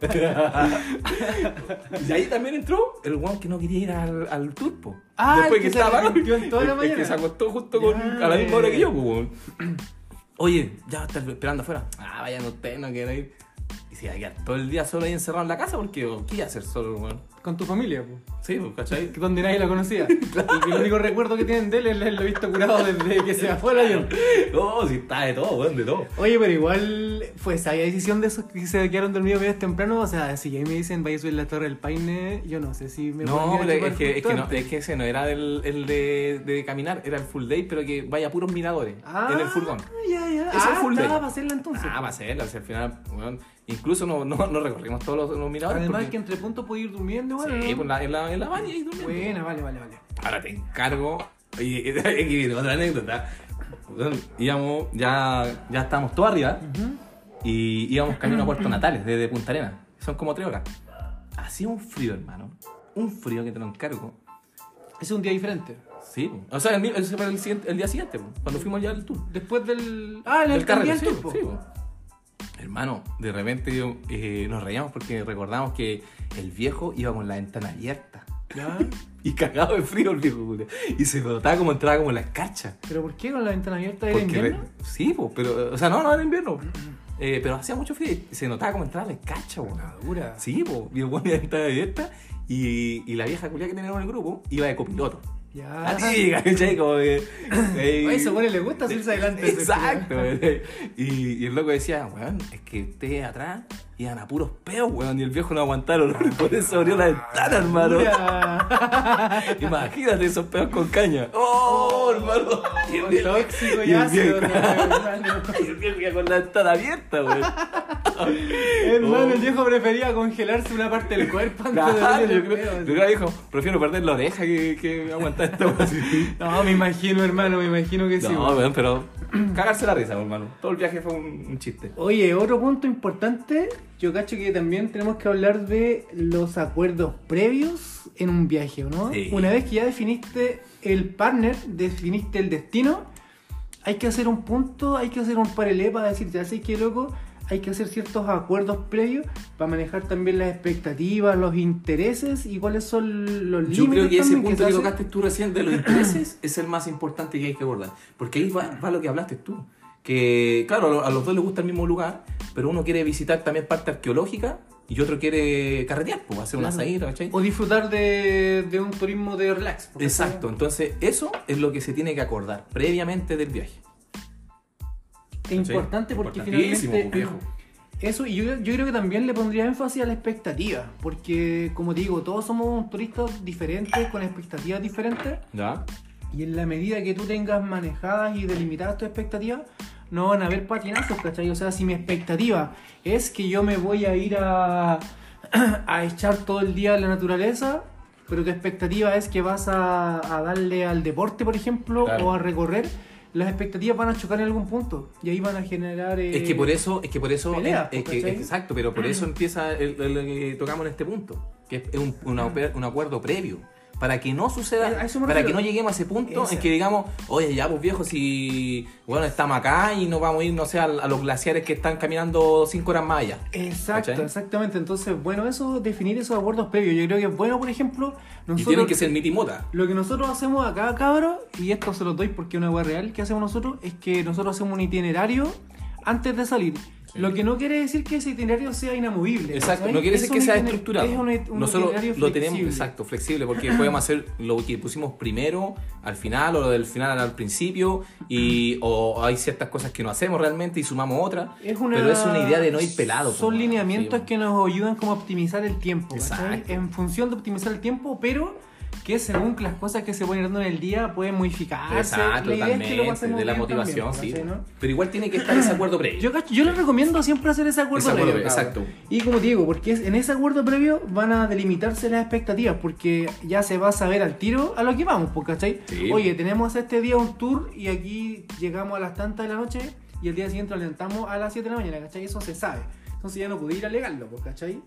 Speaker 1: vieja. Y ahí también entró el weón que no quería ir al, al tour, po.
Speaker 2: Ah, el
Speaker 1: Después
Speaker 2: que se
Speaker 1: estaba apagado.
Speaker 2: arrepintió en toda la
Speaker 1: El- el
Speaker 2: mañana.
Speaker 1: que se acostó justo con,
Speaker 2: Ya,
Speaker 1: a la misma hora
Speaker 2: ya,
Speaker 1: que
Speaker 2: ya.
Speaker 1: yo, po, weón. Oye, ya está esperando afuera. Ah, vayan ustedes, no quiero ir. Y se iba a quedar todo el día solo ahí encerrado en la casa porque, ¿qué iba a hacer solo, weón?
Speaker 2: Con tu familia, pues.
Speaker 1: Sí, pues, ¿cachai?
Speaker 2: Donde nadie la conocía. Claro. Y que el único recuerdo que tienen de él es el visto curado desde que se fue el avión.
Speaker 1: No, si está de todo, weón, de todo.
Speaker 2: Oye, pero igual fue sabia decisión de esos que se quedaron dormidos medio temprano. O sea, si a mí me dicen vaya a subir la Torre del Paine, yo no sé si me
Speaker 1: No, pero
Speaker 2: pondría a
Speaker 1: es que, es, que no,
Speaker 2: antes.
Speaker 1: es que ese no era el, el de, de caminar, era el full day, pero que vaya puros miradores
Speaker 2: Ah,
Speaker 1: en el furgón.
Speaker 2: ya, ya.
Speaker 1: Ese es
Speaker 2: Ah,
Speaker 1: full day.
Speaker 2: estaba para hacerla entonces.
Speaker 1: Ah, va a ser, o sea, al final, weón, incluso no, no, no recorrimos todos los, los miradores.
Speaker 2: Además
Speaker 1: porque-
Speaker 2: que entre puntos puedes ir durmiendo, bueno.
Speaker 1: Sí,
Speaker 2: ¿no?
Speaker 1: pues la- en la, en la baña y durmiendo.
Speaker 2: Buena, vale, vale, vale.
Speaker 1: Ahora te encargo. Oye, aquí viene otra anécdota. Bueno, íbamos, ya, ya estábamos todos arriba
Speaker 2: Ujú.
Speaker 1: y íbamos camino a Puerto Natales desde Punta Arenas. Son como tres horas. Hacía un frío, hermano. Un frío que te lo encargo.
Speaker 2: Ese es un día diferente.
Speaker 1: Sí, po. O sea, el, mi- ese fue el, siguiente- el día siguiente, po, cuando fuimos ya al tour.
Speaker 2: Después del. Ah, en el
Speaker 1: Del carrete,
Speaker 2: del
Speaker 1: sí,
Speaker 2: tour,
Speaker 1: po,
Speaker 2: po.
Speaker 1: sí, po. Hermano, de repente yo, eh, nos reíamos porque recordamos que el viejo iba con la ventana abierta.
Speaker 2: Ya.
Speaker 1: Y cagado de frío el viejo, güey. Y se notaba como entraba como en la escarcha.
Speaker 2: ¿Pero por qué con la ventana abierta era
Speaker 1: Porque
Speaker 2: invierno?
Speaker 1: re- Sí, pues, pero. O sea, no, no era invierno. Eh, pero hacía mucho frío y se notaba como entraba en la escarcha, güey.
Speaker 2: Una dura.
Speaker 1: Sí, pues. Y el güey iba a estar abierta. Y, y la vieja culia que teníamos en el grupo iba de copiloto.
Speaker 2: Ya.
Speaker 1: Así, ¿cachai? Como que. eh,
Speaker 2: A esos güeyes les gusta hacerse adelante.
Speaker 1: Exacto, güey. Y, y el loco decía, weón, es que ustedes atrás iban a puros peos, weón. Y el viejo no aguantaron. Y por eso abrió la ventana, hermano.
Speaker 2: Dura.
Speaker 1: Imagínate esos peos con caña. ¡Oh, hermano! Y el viejo-
Speaker 2: Tóxico
Speaker 1: y
Speaker 2: y
Speaker 1: el
Speaker 2: ácido.
Speaker 1: viejo-
Speaker 2: hermano.
Speaker 1: y el viejo iba con la ventana abierta, weón.
Speaker 2: Hermano, el viejo prefería congelarse una parte del cuerpo antes de
Speaker 1: Claro,
Speaker 2: abrir
Speaker 1: yo
Speaker 2: el
Speaker 1: creo,
Speaker 2: peo,
Speaker 1: yo
Speaker 2: así.
Speaker 1: creo que dijo, prefiero perder la oreja que, que aguantar esto. Así.
Speaker 2: No, me imagino, hermano, me imagino que sí.
Speaker 1: No,
Speaker 2: weón.
Speaker 1: weón, pero cagarse la risa, hermano. Todo el viaje fue un, un chiste.
Speaker 2: Oye, otro punto importante, yo cacho que también tenemos que hablar de los acuerdos previos en un viaje, ¿no?
Speaker 1: Sí.
Speaker 2: Una vez que ya definiste el partner, definiste el destino, hay que hacer un punto, hay que hacer un paralelo para decir, ya sé que loco, hay que hacer ciertos acuerdos previos para manejar también las expectativas, los intereses y cuáles son los límites.
Speaker 1: Yo creo que ese
Speaker 2: también
Speaker 1: punto
Speaker 2: se
Speaker 1: que
Speaker 2: hace.
Speaker 1: tocaste tú recién de los intereses es el más importante que hay que abordar. Porque ahí va, va lo que hablaste tú. Que, claro, a lo- a los dos les gusta el mismo lugar, pero uno quiere visitar también parte arqueológica y otro quiere carretear, pues hacer una
Speaker 2: Claro.
Speaker 1: saída, ¿cachai?
Speaker 2: O disfrutar de, de un turismo de relax. porque
Speaker 1: Exacto, entonces eso es lo que se tiene que acordar previamente del viaje.
Speaker 2: Es importante porque
Speaker 1: Importantísimo,
Speaker 2: finalmente
Speaker 1: viejo.
Speaker 2: eso, y yo, yo creo que también le pondría énfasis a la expectativa, porque como te digo, todos somos turistas diferentes, con expectativas diferentes,
Speaker 1: ¿Ya?
Speaker 2: y en la medida que tú tengas manejadas y delimitadas tus expectativas, no van a haber patinazos, ¿cachai? O sea, si mi expectativa es que yo me voy a ir a, a echar todo el día a la naturaleza, pero tu expectativa es que vas a, a darle al deporte, por ejemplo,
Speaker 1: Claro.
Speaker 2: o a recorrer, las expectativas van a chocar en algún punto y ahí van a generar... eh,
Speaker 1: Es que por eso, es que por eso,
Speaker 2: peleas,
Speaker 1: es, es que,
Speaker 2: ¿cachai?
Speaker 1: exacto, pero por eso empieza el, el- lo que tocamos en este punto, que es un, una- un acuerdo previo. Para que no suceda,
Speaker 2: A eso me
Speaker 1: para que
Speaker 2: refiero.
Speaker 1: no lleguemos a ese punto
Speaker 2: Esa.
Speaker 1: en que digamos, oye, ya pues viejo, si bueno, estamos acá y nos vamos a ir, no sé, a, a los glaciares que están caminando cinco horas más allá.
Speaker 2: Exacto,
Speaker 1: ¿Cachai?
Speaker 2: exactamente. Entonces, bueno, eso, definir esos acuerdos previos. Yo creo que es bueno, por ejemplo,
Speaker 1: Y
Speaker 2: nosotros...
Speaker 1: tienen que ser mitimota.
Speaker 2: Lo que nosotros hacemos acá, cabros, y esto se los doy porque es una hueá real que hacemos nosotros, es que nosotros hacemos un itinerario antes de salir.
Speaker 1: Sí.
Speaker 2: Lo que no quiere decir que ese itinerario sea inamovible.
Speaker 1: Exacto,
Speaker 2: ¿cachai?
Speaker 1: no quiere
Speaker 2: Es
Speaker 1: decir que
Speaker 2: un
Speaker 1: sea
Speaker 2: itiner-
Speaker 1: estructurado.
Speaker 2: Es un, it- un
Speaker 1: Nosotros
Speaker 2: itinerario
Speaker 1: lo tenemos,
Speaker 2: flexible.
Speaker 1: exacto, flexible, porque podemos hacer lo que pusimos primero al final o lo del final al principio, y o hay ciertas cosas que no hacemos realmente y sumamos otras,
Speaker 2: Es una-
Speaker 1: pero es una idea de no ir pelado.
Speaker 2: Son
Speaker 1: po,
Speaker 2: lineamientos
Speaker 1: sí,
Speaker 2: que nos ayudan como a optimizar el tiempo. ¿cachai?
Speaker 1: Exacto.
Speaker 2: En función de optimizar el tiempo, pero que según las cosas que se pueden dando en el día pueden modificarse.
Speaker 1: Exacto,
Speaker 2: La idea es que lo
Speaker 1: totalmente,
Speaker 2: pasemos
Speaker 1: de la
Speaker 2: bien
Speaker 1: motivación,
Speaker 2: también,
Speaker 1: sí.
Speaker 2: ¿cachai, no?
Speaker 1: Pero igual tiene que estar ese acuerdo previo.
Speaker 2: Yo, cacho- yo les recomiendo siempre hacer ese acuerdo
Speaker 1: Ese acuerdo
Speaker 2: previo.
Speaker 1: previo,
Speaker 2: cabrón.
Speaker 1: exacto.
Speaker 2: Y como te digo, porque es- en ese acuerdo previo van a delimitarse las expectativas, porque ya se va a saber al tiro a lo que vamos, pues, ¿cachai?
Speaker 1: Sí.
Speaker 2: Oye, tenemos este día un tour y aquí llegamos a las tantas de la noche y el día siguiente lo levantamos a las siete de la mañana, ¿cachai? Eso se sabe. Entonces ya no pude ir a alegarlo, pues, ¿cachai?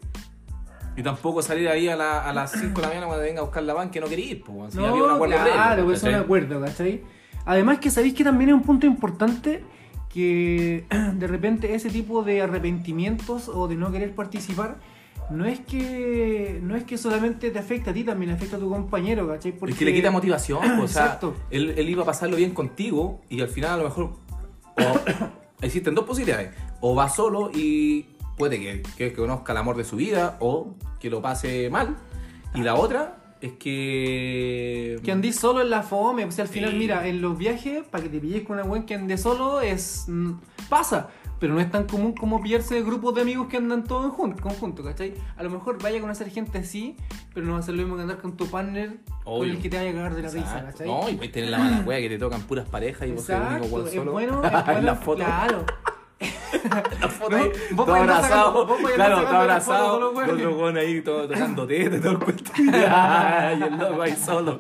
Speaker 1: Y tampoco salir ahí a, la- a las cinco de la mañana cuando venga a buscar la van que no quería ir, pues. Si había un
Speaker 2: No,
Speaker 1: acuerdo
Speaker 2: claro,
Speaker 1: previo,
Speaker 2: pues es un
Speaker 1: ¿cachai?
Speaker 2: acuerdo, ¿cachai? Además que sabéis que también es un punto importante que de repente ese tipo de arrepentimientos o de no querer participar no es que no es que solamente te afecta a ti, también afecta a tu compañero, ¿cachai?
Speaker 1: Es que le quita motivación, pues, o sea,
Speaker 2: Exacto.
Speaker 1: él, él iba a pasarlo bien contigo y al final a lo mejor o, existen dos posibilidades, o va solo y puede que, que conozca el amor de su vida o que lo pase mal. Y la otra es que...
Speaker 2: Que andís solo en la fome. O sea, al final,
Speaker 1: Sí.
Speaker 2: mira, en los viajes, para que te pilles con una weón que ande solo, es... mm, pasa. Pero no es tan común como pillarse de grupos de amigos que andan todos en jun- conjunto, ¿cachai? A lo mejor vaya a conocer gente así, pero no va a ser lo mismo que andar con tu partner con
Speaker 1: Obvio.
Speaker 2: el que te vaya a cagar de la risa,
Speaker 1: Exacto.
Speaker 2: ¿cachai?
Speaker 1: No, y puedes tener la mala wea que te tocan puras parejas y vos sos el único
Speaker 2: Exacto,
Speaker 1: weón
Speaker 2: es
Speaker 1: solo.
Speaker 2: bueno, es
Speaker 1: En
Speaker 2: bueno,
Speaker 1: la foto.
Speaker 2: claro.
Speaker 1: La foto
Speaker 2: No,
Speaker 1: ahí,
Speaker 2: vos
Speaker 1: todo
Speaker 2: podés andar
Speaker 1: abrazado.
Speaker 2: sacando- vos podés andar
Speaker 1: Claro, todo
Speaker 2: sacando la foto
Speaker 1: abrazado.
Speaker 2: con los weones.
Speaker 1: Otro weón ahí todo tocando teta, todo el cuento. Y el loco ahí solo.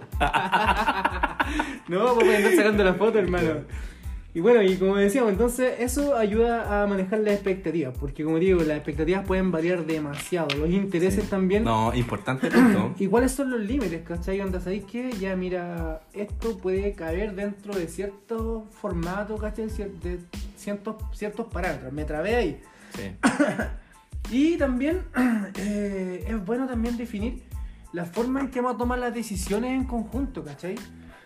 Speaker 2: No, vos podés andar sacando la foto, hermano. Y bueno, y como decíamos, entonces eso ayuda a manejar las expectativas, porque como digo, las expectativas pueden variar demasiado, los intereses
Speaker 1: Sí.
Speaker 2: también.
Speaker 1: No, importante punto.
Speaker 2: ¿Y cuáles son los límites, cachai? Onda, ¿sabéis qué? Ya, mira, esto puede caber dentro de ciertos formatos, cachai, Cier- de ciertos, ciertos parámetros. Me trabé ahí.
Speaker 1: Sí.
Speaker 2: Y también eh, es bueno también definir la forma en que vamos a tomar las decisiones en conjunto, ¿cachai?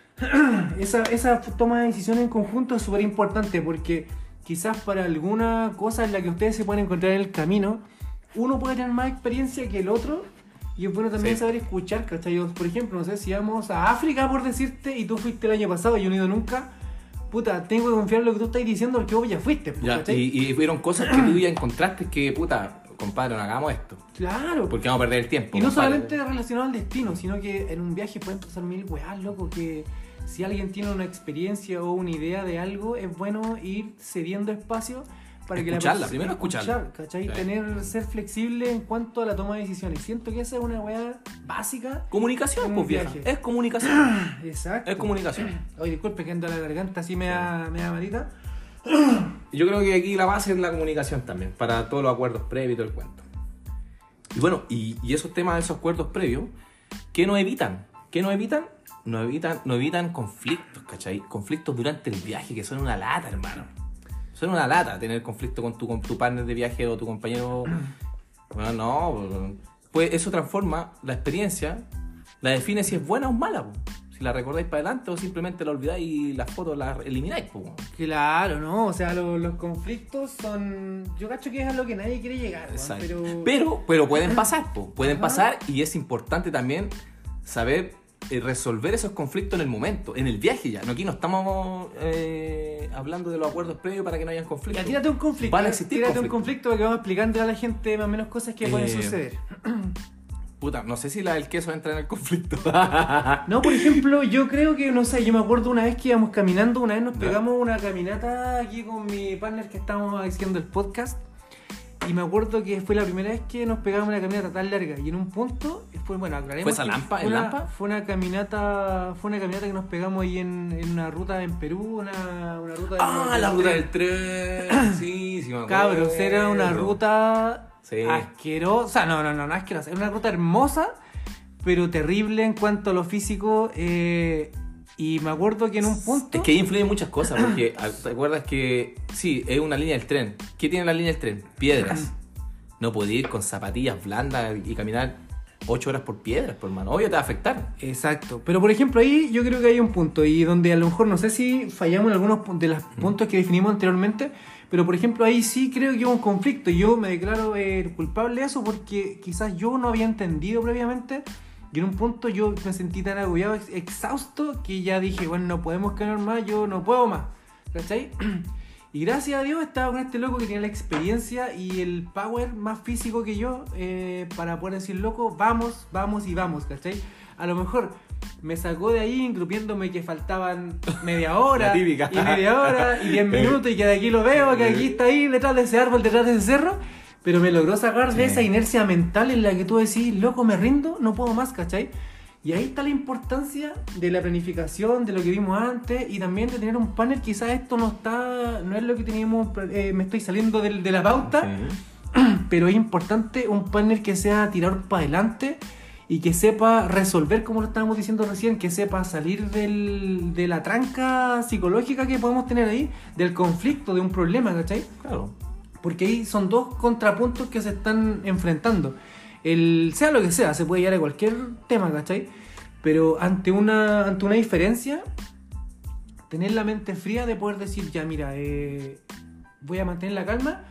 Speaker 2: Esa, esa toma de decisiones en conjunto es súper importante porque quizás para alguna cosa en la que ustedes se pueden encontrar en el camino, uno puede tener más experiencia que el otro y es bueno también
Speaker 1: Sí.
Speaker 2: saber escuchar, ¿cachai? Yo, por ejemplo, no sé, si vamos a África por decirte y tú fuiste el año pasado y yo no he ido nunca, puta, tengo que confiar en lo que tú estás diciendo porque vos ya fuiste, pues,
Speaker 1: Ya,
Speaker 2: ¿cachai?
Speaker 1: y, y fueron cosas que tú ya encontraste que, puta, compadre, no hagamos esto.
Speaker 2: Claro.
Speaker 1: Porque vamos a perder el tiempo.
Speaker 2: Y no
Speaker 1: compadre.
Speaker 2: solamente relacionado al destino, sino que en un viaje pueden pasar mil weas, loco, que si alguien tiene una experiencia o una idea de algo, es bueno ir cediendo espacio para que
Speaker 1: Escucharla,
Speaker 2: la persona...
Speaker 1: primero escucharla.
Speaker 2: escuchar, ¿cachai?
Speaker 1: Sí.
Speaker 2: Tener, ser flexible en cuanto a la toma de decisiones. Siento que esa es una wea básica.
Speaker 1: Comunicación,
Speaker 2: En
Speaker 1: pues
Speaker 2: un
Speaker 1: vieja.
Speaker 2: viaje.
Speaker 1: Es comunicación.
Speaker 2: Exacto.
Speaker 1: Es comunicación.
Speaker 2: Oye, disculpe que ando a la garganta así me da, me da malita.
Speaker 1: Yo creo que aquí la base es la comunicación también, para todos los acuerdos previos y todo el cuento. Y bueno, y, y esos temas de esos acuerdos previos, ¿qué nos evitan? ¿Qué nos evitan? Nos evitan, nos evitan conflictos, ¿cachai? Conflictos durante el viaje, que son una lata, hermano. Son una lata tener conflicto con tu, con tu partner de viaje o tu compañero. Bueno, no, pues eso transforma la experiencia, la define si es buena o mala, po. Si la recordáis para adelante o simplemente la olvidáis y las fotos las elimináis, po.
Speaker 2: Claro, ¿no? O sea, lo- los conflictos son... Yo cacho que es a lo que nadie quiere llegar, weón,
Speaker 1: Exacto.
Speaker 2: pero...
Speaker 1: Pero, pero pueden pasar, po. Pueden
Speaker 2: Ajá.
Speaker 1: pasar y es importante también saber eh, resolver esos conflictos en el momento, en el viaje ya. No, aquí no estamos eh, hablando de los acuerdos previos para que no hayan conflictos.
Speaker 2: Ya, tírate un conflicto.
Speaker 1: Van a existir
Speaker 2: Tírate un
Speaker 1: conflictos.
Speaker 2: conflicto porque vamos explicando a la gente más o menos cosas que pueden
Speaker 1: Eh,
Speaker 2: suceder.
Speaker 1: Puta, no sé si la del queso entra en el conflicto.
Speaker 2: No, por ejemplo, yo creo que, no sé, yo me acuerdo una vez que íbamos caminando, una vez nos
Speaker 1: Ya.
Speaker 2: pegamos una caminata aquí con mi partner que estábamos haciendo el podcast. Y me acuerdo que fue la primera vez que nos pegamos una caminata tan larga. Y en un punto, fue, bueno, aclaremos.
Speaker 1: ¿Fue esa
Speaker 2: que
Speaker 1: Lampa?
Speaker 2: Fue
Speaker 1: ¿En
Speaker 2: una,
Speaker 1: Lampa?
Speaker 2: fue una caminata, fue una caminata que nos pegamos ahí en, en una ruta en Perú, una, una ruta de
Speaker 1: Ah, la ruta del tren. Sí, sí, me acuerdo.
Speaker 2: Cabros, era una ruta
Speaker 1: Sí.
Speaker 2: asquerosa. No, no, no, no asquerosa. Era una ruta hermosa, pero terrible en cuanto a lo físico. eh, y me acuerdo que en un punto.
Speaker 1: Es que ahí influyen muchas cosas, porque ¿te acuerdas que sí, es una línea del tren? ¿Qué tiene la línea del tren? Piedras. No podés ir con zapatillas blandas y caminar ocho horas por piedras, por mano. Obvio te va a afectar.
Speaker 2: Exacto. Pero por ejemplo, ahí yo creo que hay un punto. Y donde a lo mejor no sé si fallamos en algunos pu- de los puntos que definimos anteriormente. Pero por ejemplo, ahí sí creo que hubo un conflicto. Y yo me declaro eh, culpable de eso porque quizás yo no había entendido previamente. Y en un punto yo me sentí tan agobiado, ex- exhausto, que ya dije, bueno, no podemos caminar más, yo no puedo más. ¿Cachai? Y gracias a Dios estaba con este loco que tenía la experiencia y el power más físico que yo eh, para poder decir, loco, vamos, vamos y vamos, ¿cachai? A lo mejor me sacó de ahí engrupiéndome que faltaban media hora
Speaker 1: La típica.
Speaker 2: y media hora y diez minutos y que de aquí lo veo, que aquí está ahí detrás de ese árbol, detrás de ese cerro. Pero me logró sacar de
Speaker 1: Sí.
Speaker 2: esa inercia mental en la que tú decís, loco, me rindo, no puedo más, ¿cachai? Y ahí está la importancia de la planificación, de lo que vimos antes y también de tener un panel. Quizás esto no está, no es lo que teníamos, eh, me estoy saliendo del- de, la pauta,
Speaker 1: Sí.
Speaker 2: pero es importante un panel que sea tirador para adelante y que sepa resolver, como lo estábamos diciendo recién, que sepa salir del, de la tranca psicológica que podemos tener ahí, del conflicto, de un problema, ¿cachai?
Speaker 1: Claro.
Speaker 2: Porque ahí son dos contrapuntos que se están enfrentando. El, sea lo que sea, se puede llegar a cualquier tema, ¿cachai? Pero ante una, ante una diferencia, tener la mente fría de poder decir, ya mira, eh, voy a mantener la calma,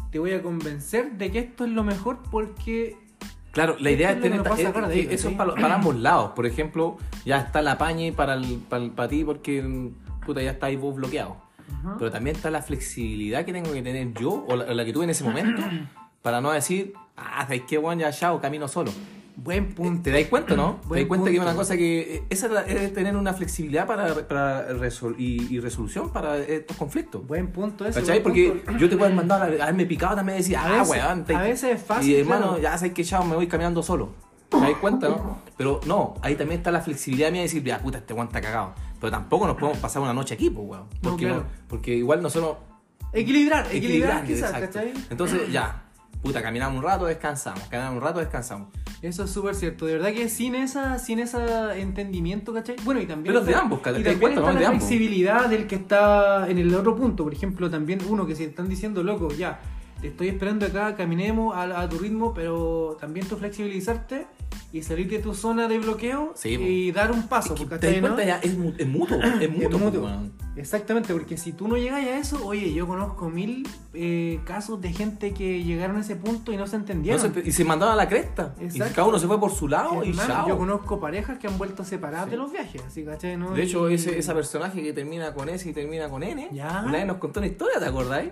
Speaker 2: te voy a convencer de que esto es lo mejor porque...
Speaker 1: Claro, la idea es
Speaker 2: Esto es lo
Speaker 1: tener...
Speaker 2: que nos va a sacar
Speaker 1: es-
Speaker 2: de ahí,
Speaker 1: es- eso
Speaker 2: ¿sí?
Speaker 1: es para, para ambos lados. Por ejemplo, ya está la pañe para, el, para, para ti porque puta, ya estáis vos bloqueado.
Speaker 2: Ajá.
Speaker 1: Pero también está la flexibilidad que tengo que tener yo, o la, o la que tuve en ese momento, para no decir, ah, ¿sabes qué, weón? Ya, chao, camino solo.
Speaker 2: Buen punto.
Speaker 1: ¿Te dais cuenta, no? ¿Te
Speaker 2: Buen
Speaker 1: das cuenta que es
Speaker 2: punto.
Speaker 1: una cosa que... Esa es, la- es tener una flexibilidad para, para resol- y, y resolución para estos conflictos.
Speaker 2: Buen punto ese.
Speaker 1: ¿Cachai?
Speaker 2: buen
Speaker 1: Porque
Speaker 2: punto.
Speaker 1: yo te puedo mandar a haberme picado también y decir,
Speaker 2: A
Speaker 1: ah,
Speaker 2: veces-
Speaker 1: weón, te-
Speaker 2: a veces es fácil,
Speaker 1: y hermano,
Speaker 2: claro.
Speaker 1: ya sabes que chao, me voy caminando solo. ¿Te das cuenta, no? Pero no, ahí también está la flexibilidad mía de decir, ya, puta, este weón está cagado. Pero tampoco nos podemos pasar una noche aquí, pues, weón.
Speaker 2: No,
Speaker 1: Porque,
Speaker 2: claro.
Speaker 1: no- porque igual nosotros...
Speaker 2: Equilibrar, equilibrar, quizás,
Speaker 1: exacto.
Speaker 2: ¿cachai?
Speaker 1: Entonces, ya, puta, caminamos un rato, descansamos. Caminamos un rato, descansamos.
Speaker 2: Eso es súper cierto. De verdad que sin esa, sin ese entendimiento, ¿cachai? Bueno, y también.
Speaker 1: Pero es de
Speaker 2: está-
Speaker 1: ambos, ¿te
Speaker 2: y
Speaker 1: das
Speaker 2: también
Speaker 1: cuenta,
Speaker 2: está
Speaker 1: no? Es
Speaker 2: la
Speaker 1: de ambos.
Speaker 2: flexibilidad del que está en el otro punto. Por ejemplo, también uno que se están diciendo, loco, ya, te estoy esperando acá, caminemos a, a tu ritmo, pero también tú flexibilizarte y salir de tu zona de bloqueo
Speaker 1: Sí,
Speaker 2: y dar un paso.
Speaker 1: Es que
Speaker 2: porque,
Speaker 1: te das
Speaker 2: ¿cachai, no?
Speaker 1: cuenta, ya, es, mu- es mutuo, es mutuo,
Speaker 2: Es
Speaker 1: pues,
Speaker 2: mutuo.
Speaker 1: weón.
Speaker 2: Exactamente, porque si tú no llegas a eso, oye, yo conozco mil eh, casos de gente que llegaron a ese punto y no se
Speaker 1: No
Speaker 2: entendieron.
Speaker 1: se- y se mandaban a la cresta. Y
Speaker 2: Exacto.
Speaker 1: cada uno se fue por su lado y
Speaker 2: Hermano,
Speaker 1: chao.
Speaker 2: yo conozco parejas que han vuelto separadas
Speaker 1: Sí.
Speaker 2: de los viajes, así, ¿cachai? ¿No?
Speaker 1: De hecho,
Speaker 2: Y-
Speaker 1: ese, esa personaje que termina con S y termina con N,
Speaker 2: Ya.
Speaker 1: una vez nos contó una historia, ¿te acordáis?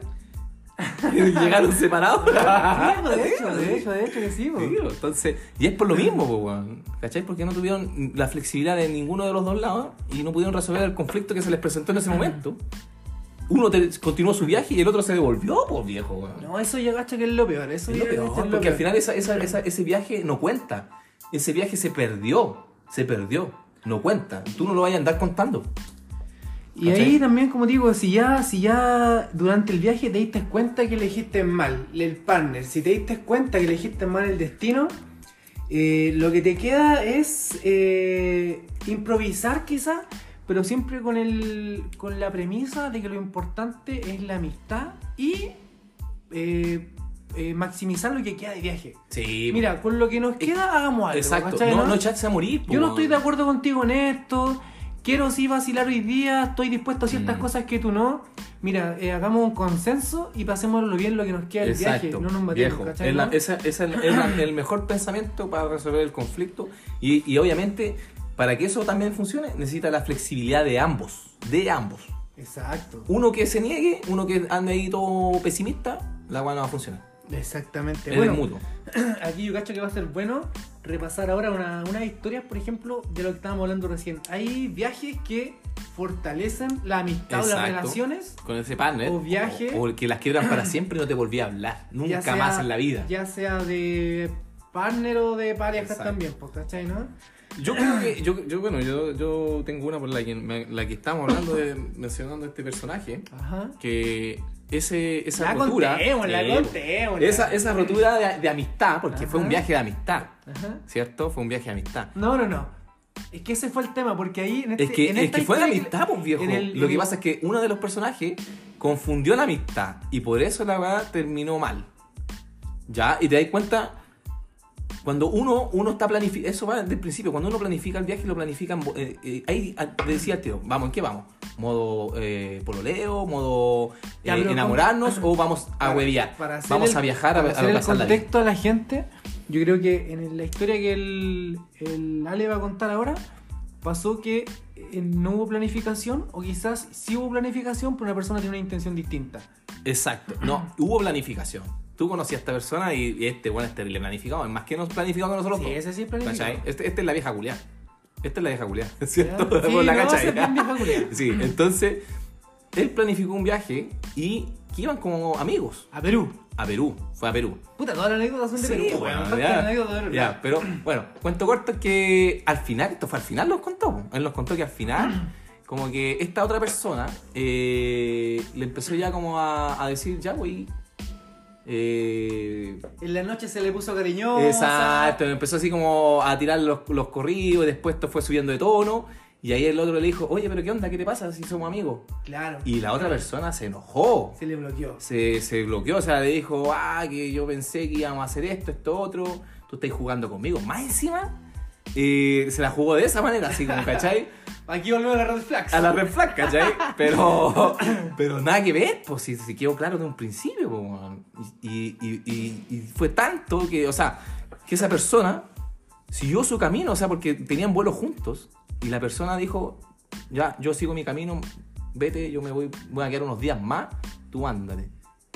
Speaker 1: Llegaron separados.
Speaker 2: Sí, pues, de hecho, de hecho, de hecho que sí, pues.
Speaker 1: Sí, pues, entonces, y es por lo mismo, pues, weón. ¿Cachai? Porque no tuvieron la flexibilidad de ninguno de los dos lados y no pudieron resolver el conflicto que se les presentó en ese momento. Uno te- continuó su viaje y el otro se devolvió, pues, viejo, weón.
Speaker 2: No, eso ya gacha que es lo peor, eso
Speaker 1: Es
Speaker 2: ya
Speaker 1: lo peor,
Speaker 2: gacha es lo
Speaker 1: porque al
Speaker 2: peor.
Speaker 1: final esa, esa, esa- ese viaje no cuenta. Ese viaje se perdió. Se perdió. No cuenta. Tú no lo vayas a andar contando.
Speaker 2: Y
Speaker 1: ¿cachai?
Speaker 2: ahí también, como digo, si ya, si ya durante el viaje te diste cuenta que elegiste mal el partner, si te diste cuenta que elegiste mal el destino, eh, lo que te queda es eh, improvisar quizás, pero siempre con, el, con la premisa de que lo importante es la amistad y eh, eh, maximizar lo que queda de viaje.
Speaker 1: Sí.
Speaker 2: Mira, con lo que nos queda, hagamos algo.
Speaker 1: Exacto.
Speaker 2: ¿cachai,
Speaker 1: No, no echarse a morir.
Speaker 2: Yo no
Speaker 1: po,
Speaker 2: estoy de acuerdo contigo en esto. Quiero sí vacilar hoy día. Estoy dispuesto a ciertas
Speaker 1: Mm.
Speaker 2: cosas que tú no. Mira, eh, hagamos un consenso y pasémoslo bien lo que nos queda del viaje.
Speaker 1: Exacto.
Speaker 2: No nos matemos,
Speaker 1: Viejo.
Speaker 2: ¿cachai?
Speaker 1: Es, la-
Speaker 2: ¿no?
Speaker 1: esa- es el, es la- el mejor pensamiento para resolver el conflicto. Y, y obviamente, para que eso también funcione, necesita la flexibilidad de ambos. De ambos.
Speaker 2: Exacto.
Speaker 1: Uno que se niegue, uno que ande ahí todo pesimista, la weá no va a funcionar.
Speaker 2: Exactamente.
Speaker 1: Es
Speaker 2: Bueno,
Speaker 1: el mutuo.
Speaker 2: aquí yo cacho que va a ser bueno repasar ahora una, unas historias, por ejemplo, de lo que estábamos hablando recién. Hay viajes que fortalecen la amistad o las
Speaker 1: Exacto.
Speaker 2: relaciones.
Speaker 1: Con ese partner.
Speaker 2: O viaje.
Speaker 1: O, o que las quiebran para siempre y no te volví a hablar. Nunca
Speaker 2: ya sea-
Speaker 1: más en la vida.
Speaker 2: Ya sea de partner o de parejas
Speaker 1: Exacto.
Speaker 2: también, pues, ¿cachai? ¿No?
Speaker 1: Yo creo que, yo, yo bueno, yo, yo tengo una por la que, me- la que estamos hablando, de, mencionando este personaje,
Speaker 2: Ajá.
Speaker 1: que ese, esa
Speaker 2: La
Speaker 1: rotura...
Speaker 2: contemos, la
Speaker 1: Sí,
Speaker 2: contemos.
Speaker 1: esa, esa rotura de, de amistad, porque
Speaker 2: Ajá.
Speaker 1: fue un viaje de amistad,
Speaker 2: Ajá.
Speaker 1: ¿cierto? Fue un viaje de amistad.
Speaker 2: No, no, no. Es que ese fue el tema, porque ahí en este,
Speaker 1: Es que,
Speaker 2: en
Speaker 1: es
Speaker 2: esta
Speaker 1: que fue de
Speaker 2: historia-
Speaker 1: amistad, pues viejo.
Speaker 2: en el-
Speaker 1: Lo
Speaker 2: en
Speaker 1: que
Speaker 2: el-
Speaker 1: pasa es que uno de los personajes confundió la amistad y por eso la verdad terminó mal. ¿Ya? Y te das cuenta, cuando uno, uno está planificando, eso va desde el principio, cuando uno planifica el viaje, lo planifica, en bo- eh, eh, ahí ah, te decía el tío, vamos, ¿en qué vamos? ¿Modo eh, pololeo? ¿Modo eh,
Speaker 2: Ya, pero
Speaker 1: enamorarnos?
Speaker 2: ¿cómo?
Speaker 1: ¿O vamos a
Speaker 2: Para-
Speaker 1: huevear?
Speaker 2: para hacer
Speaker 1: Vamos
Speaker 2: el-
Speaker 1: a viajar a,
Speaker 2: para
Speaker 1: a
Speaker 2: hacer el
Speaker 1: pasarla bien.
Speaker 2: contexto a la gente. Yo creo que en la historia que el, el Ale va a contar ahora, pasó que eh, no hubo planificación, o quizás sí hubo planificación, pero una persona tiene una intención distinta.
Speaker 1: Exacto. No, hubo planificación. Tú conocías a esta persona y, y este bueno es terrible planificado. Es más que nos planificado que nosotros
Speaker 2: Sí,
Speaker 1: dos.
Speaker 2: ese sí es planificado.
Speaker 1: ¿Cachai? Este, este es la vieja culiá. Esta es la vieja culiá, ¿cierto?
Speaker 2: Ya. Sí,
Speaker 1: Por la
Speaker 2: no,
Speaker 1: cachai.
Speaker 2: se bien vieja culiá.
Speaker 1: Sí, entonces él planificó un viaje y que iban como amigos
Speaker 2: A Perú.
Speaker 1: a Perú. Fue a Perú.
Speaker 2: Puta, todas las anécdotas son de
Speaker 1: Sí,
Speaker 2: Perú.
Speaker 1: bueno,
Speaker 2: weón.
Speaker 1: ya,
Speaker 2: Todas las anécdotas de Perú.
Speaker 1: ya, pero bueno, cuento corto es que al final, esto fue al final, los contó. po. Él nos contó que al final, como que esta otra persona eh, le empezó ya como a, a decir, ya, güey. Eh,
Speaker 2: En la noche se le puso cariñosa.
Speaker 1: exacto, empezó así como a tirar los, los corridos y después esto fue subiendo de tono. Y ahí el otro le dijo, oye, pero ¿qué onda? ¿Qué te pasa si somos amigos?
Speaker 2: Claro.
Speaker 1: Y la otra persona se enojó.
Speaker 2: Se le bloqueó.
Speaker 1: Se, se bloqueó, o sea, le dijo, ah, que yo pensé que íbamos a hacer esto, esto, otro, tú estás jugando conmigo. Más encima, eh, se la jugó de esa manera, así como, ¿cachai?
Speaker 2: Aquí volvemos a la red flags.
Speaker 1: A la red flag, ¿cachai? Pero, pero nada que ver, pues si, si quedó claro de un principio, pues, y, y, y, y fue tanto que, o sea, que esa persona siguió su camino, o sea, porque tenían vuelos juntos, y la persona dijo, ya, yo sigo mi camino, vete, yo me voy, voy a quedar unos días más, tú ándate.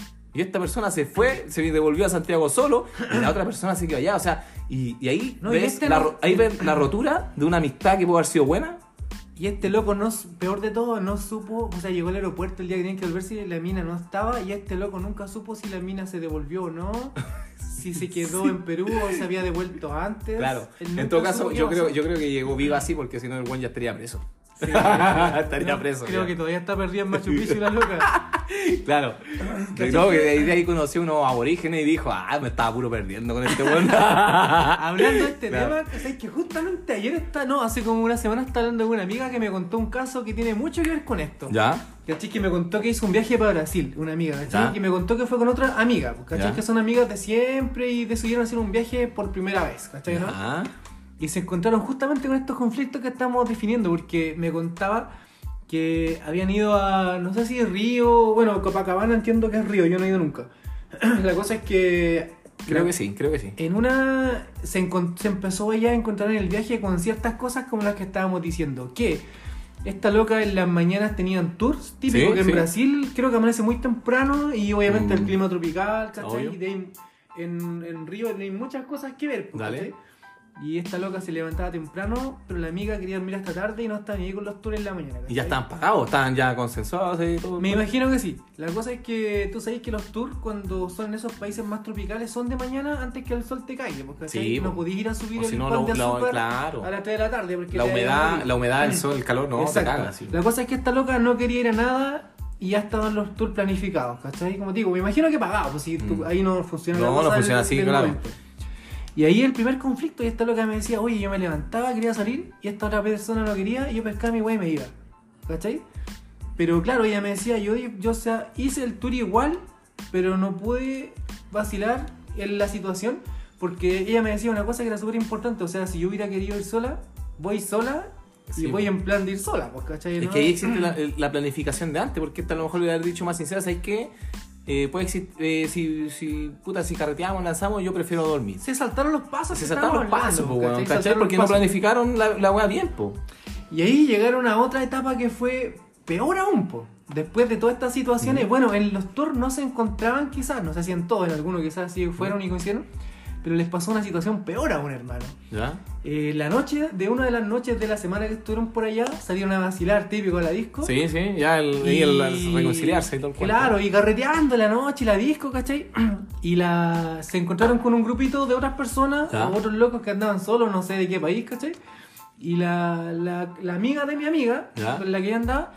Speaker 1: Y esta persona se fue, se devolvió a Santiago solo, y la otra persona se quedó allá, o sea, y, y ahí,
Speaker 2: no, y
Speaker 1: ves
Speaker 2: este
Speaker 1: la,
Speaker 2: no,
Speaker 1: ahí ves la rotura de una amistad que pudo haber sido buena.
Speaker 2: Y este loco, no, peor de todo, no supo, o sea, llegó al aeropuerto el día que tenían que volverse y la mina no estaba, y este loco nunca supo si la mina se devolvió o no, si se quedó sí. en Perú o se había devuelto antes.
Speaker 1: Claro, en todo caso, yo creo, yo creo que llegó viva así, porque si no el buen ya estaría preso. Sí, estaría
Speaker 2: no,
Speaker 1: preso.
Speaker 2: Creo
Speaker 1: ya.
Speaker 2: que todavía está perdida en Machu Picchu la loca.
Speaker 1: Claro. Creo que de ahí conoció unos aborígenes y dijo, ah, me estaba puro perdiendo con este buen.
Speaker 2: Hablando de este
Speaker 1: claro.
Speaker 2: tema, ¿sabes que justamente ayer está, no, hace como una semana estaba hablando con una amiga que me contó un caso que tiene mucho que ver con esto.
Speaker 1: ¿Ya?
Speaker 2: ¿Cachai? Que me contó que hizo un viaje para Brasil, una amiga, ¿cachai?
Speaker 1: ¿Ya?
Speaker 2: Y me contó que fue con otra amiga, ¿cachai?
Speaker 1: ¿Ya?
Speaker 2: Que son amigas de siempre y decidieron hacer un viaje por primera vez, ¿cachai? ¿No?
Speaker 1: ¿Ya?
Speaker 2: Y se encontraron justamente con estos conflictos que estamos definiendo, porque me contaba que habían ido a, no sé si Río, bueno, Copacabana entiendo que es Río, yo no he ido nunca. La cosa es que...
Speaker 1: Creo que sí, creo que sí.
Speaker 2: En una... Se, encont- se empezó ella a encontrar en el viaje con ciertas cosas como las que estábamos diciendo, que esta loca en las mañanas tenían tours típicos,
Speaker 1: Sí,
Speaker 2: que en
Speaker 1: sí.
Speaker 2: Brasil creo que amanece muy temprano y obviamente
Speaker 1: Mm.
Speaker 2: el clima tropical, ¿cachai?
Speaker 1: Obvio.
Speaker 2: Y de ahí, en, en Río hay muchas cosas que ver,
Speaker 1: Dale.
Speaker 2: ¿cachai? Y esta loca se levantaba temprano, pero la amiga quería dormir hasta tarde y no estaba ni ahí con los tours en la mañana, ¿cachai?
Speaker 1: Y ya estaban pagados, estaban ya consensuados y todo.
Speaker 2: Me imagino que sí. La cosa es que tú sabes que los tours cuando son en esos países más tropicales son de mañana antes que el sol te caiga, porque
Speaker 1: Sí,
Speaker 2: no
Speaker 1: po.
Speaker 2: podís ir a subir
Speaker 1: O
Speaker 2: el
Speaker 1: si no,
Speaker 2: pan
Speaker 1: lo-
Speaker 2: de
Speaker 1: lo-
Speaker 2: azúcar
Speaker 1: claro.
Speaker 2: a las tres de la tarde. Porque
Speaker 1: La
Speaker 2: te vas a
Speaker 1: humedad,
Speaker 2: morir.
Speaker 1: la humedad, el sol, el calor, no,
Speaker 2: Exacto.
Speaker 1: te caga, sí.
Speaker 2: La cosa es que esta loca no quería ir a nada y ya estaban los tours planificados, ¿cachai? Como te digo, me imagino que pagados, pues si tú-
Speaker 1: Mm.
Speaker 2: ahí no funciona la
Speaker 1: No,
Speaker 2: cosa
Speaker 1: no
Speaker 2: del-
Speaker 1: funciona así,
Speaker 2: del
Speaker 1: claro.
Speaker 2: momento. Y ahí el primer conflicto, y esta loca me decía, oye, yo me levantaba, quería salir, y esta otra persona no quería, y yo pescaba mi wey y me iba, ¿cachai? Pero claro, ella me decía, yo, yo o sea, hice el tour igual, pero no pude vacilar en la situación, porque ella me decía una cosa que era súper importante, o sea, si yo hubiera querido ir sola, voy sola, y
Speaker 1: Sí,
Speaker 2: voy
Speaker 1: po.
Speaker 2: en plan de ir sola, pues, ¿cachai?
Speaker 1: Es
Speaker 2: ¿No?
Speaker 1: que ahí existe la, la planificación de antes, porque esta a lo mejor le hubiera dicho más sincera, ¿sabes qué? Eh, puede existir, eh, si, si, puta, si carreteamos, lanzamos, yo prefiero dormir.
Speaker 2: Se saltaron los pasos.
Speaker 1: Se
Speaker 2: que
Speaker 1: saltaron los
Speaker 2: estábamos
Speaker 1: pasos,
Speaker 2: hablando,
Speaker 1: po, weón,
Speaker 2: ¿cachai?
Speaker 1: ¿cachai?
Speaker 2: Saltaron
Speaker 1: Porque
Speaker 2: los
Speaker 1: no
Speaker 2: pasos.
Speaker 1: planificaron la, la weá bien, po.
Speaker 2: Y ahí llegaron a otra etapa que fue peor aún, po. Después de todas estas situaciones,
Speaker 1: Mm.
Speaker 2: bueno, en los tours no se encontraban quizás, no sé si en todos, en algunos quizás sí fueron y coincidieron, pero les pasó una situación peor aún, hermano.
Speaker 1: ¿Ya?
Speaker 2: Eh, la noche, de una de las noches de la semana que estuvieron por allá, salieron a vacilar, típico de la disco.
Speaker 1: Sí, sí, ya el,
Speaker 2: Y-
Speaker 1: el, el reconciliarse y todo el cuento.
Speaker 2: Claro, y carreteando la noche, la disco, ¿cachai? Y la se encontraron con un grupito de otras personas,
Speaker 1: Ya.
Speaker 2: o otros locos que andaban solos, no sé de qué país, ¿cachai? Y la, la, la amiga de mi amiga,
Speaker 1: Ya.
Speaker 2: con la que ella andaba,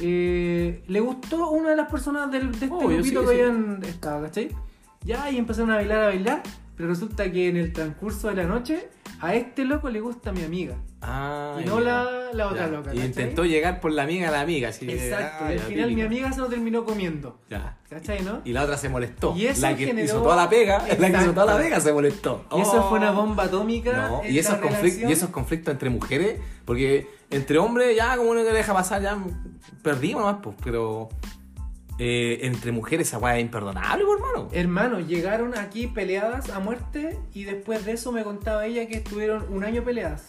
Speaker 2: eh, le gustó una de las personas del, de este
Speaker 1: Obvio,
Speaker 2: grupito
Speaker 1: sí,
Speaker 2: que
Speaker 1: sí.
Speaker 2: habían estado, ¿cachai? Ya, y empezaron a bailar, a bailar, pero resulta que en el transcurso de la noche, a este loco le gusta mi amiga.
Speaker 1: Ah,
Speaker 2: Y no
Speaker 1: ya.
Speaker 2: la- la otra
Speaker 1: Ya.
Speaker 2: loca,
Speaker 1: Y
Speaker 2: ¿cachai?
Speaker 1: intentó llegar por la amiga a la amiga. Así que,
Speaker 2: Exacto,
Speaker 1: ah,
Speaker 2: y al
Speaker 1: ya,
Speaker 2: final mi
Speaker 1: típico.
Speaker 2: amiga se lo terminó comiendo,
Speaker 1: Ya.
Speaker 2: ¿cachai, no?
Speaker 1: Y la otra se molestó.
Speaker 2: Y eso
Speaker 1: la que
Speaker 2: generó-
Speaker 1: hizo toda la pega, la que hizo
Speaker 2: Exacto.
Speaker 1: toda la pega se molestó.
Speaker 2: Y eso
Speaker 1: Oh.
Speaker 2: fue una bomba atómica.
Speaker 1: No,
Speaker 2: en
Speaker 1: y, esos
Speaker 2: la
Speaker 1: conflictos,
Speaker 2: relación.
Speaker 1: y esos conflictos entre mujeres, porque entre hombres ya como uno te deja pasar, ya perdimos nomás, pues, pero eh, entre mujeres esa weá es imperdonable, pues, hermano.
Speaker 2: Hermano, llegaron aquí peleadas a muerte y después de eso me contaba ella que estuvieron un año peleadas.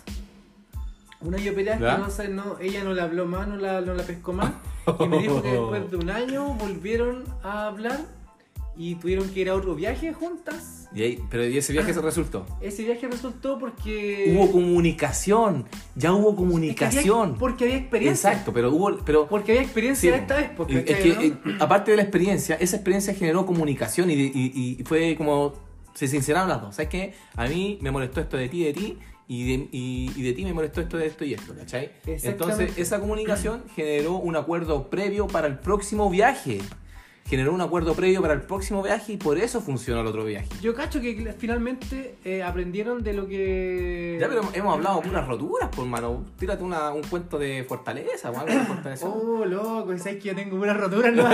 Speaker 2: Un año peleadas
Speaker 1: ¿Ya?
Speaker 2: que no sé, no, ella no la habló más, no la, no la pescó más. Y me dijo que después de un año volvieron a hablar y tuvieron que ir a otro viaje juntas.
Speaker 1: Y ahí, pero ¿y ese viaje se resultó?
Speaker 2: Ese viaje resultó porque...
Speaker 1: Hubo comunicación, ya hubo
Speaker 2: Es que había-
Speaker 1: comunicación.
Speaker 2: porque había experiencia.
Speaker 1: Exacto, pero hubo, pero
Speaker 2: Porque había experiencia
Speaker 1: sí,
Speaker 2: esta vez. Porque,
Speaker 1: es que eh, aparte de la experiencia, esa experiencia generó comunicación y, y, y fue como se sinceraron las dos. ¿Sabes qué? A mí me molestó esto de ti, de ti. Y de, y, y de ti me molestó esto de esto y esto, ¿cachai?
Speaker 2: Exactamente.
Speaker 1: Entonces esa comunicación generó un acuerdo previo para el próximo viaje. generó un acuerdo previo para el próximo viaje y por eso funcionó el otro viaje.
Speaker 2: Yo cacho que finalmente eh, aprendieron de lo que...
Speaker 1: Ya, pero hemos hablado de puras roturas, por mano. Tírate una, un cuento de fortaleza, o algo de fortaleza.
Speaker 2: Oh, loco, ¿sabes que yo tengo puras roturas? No,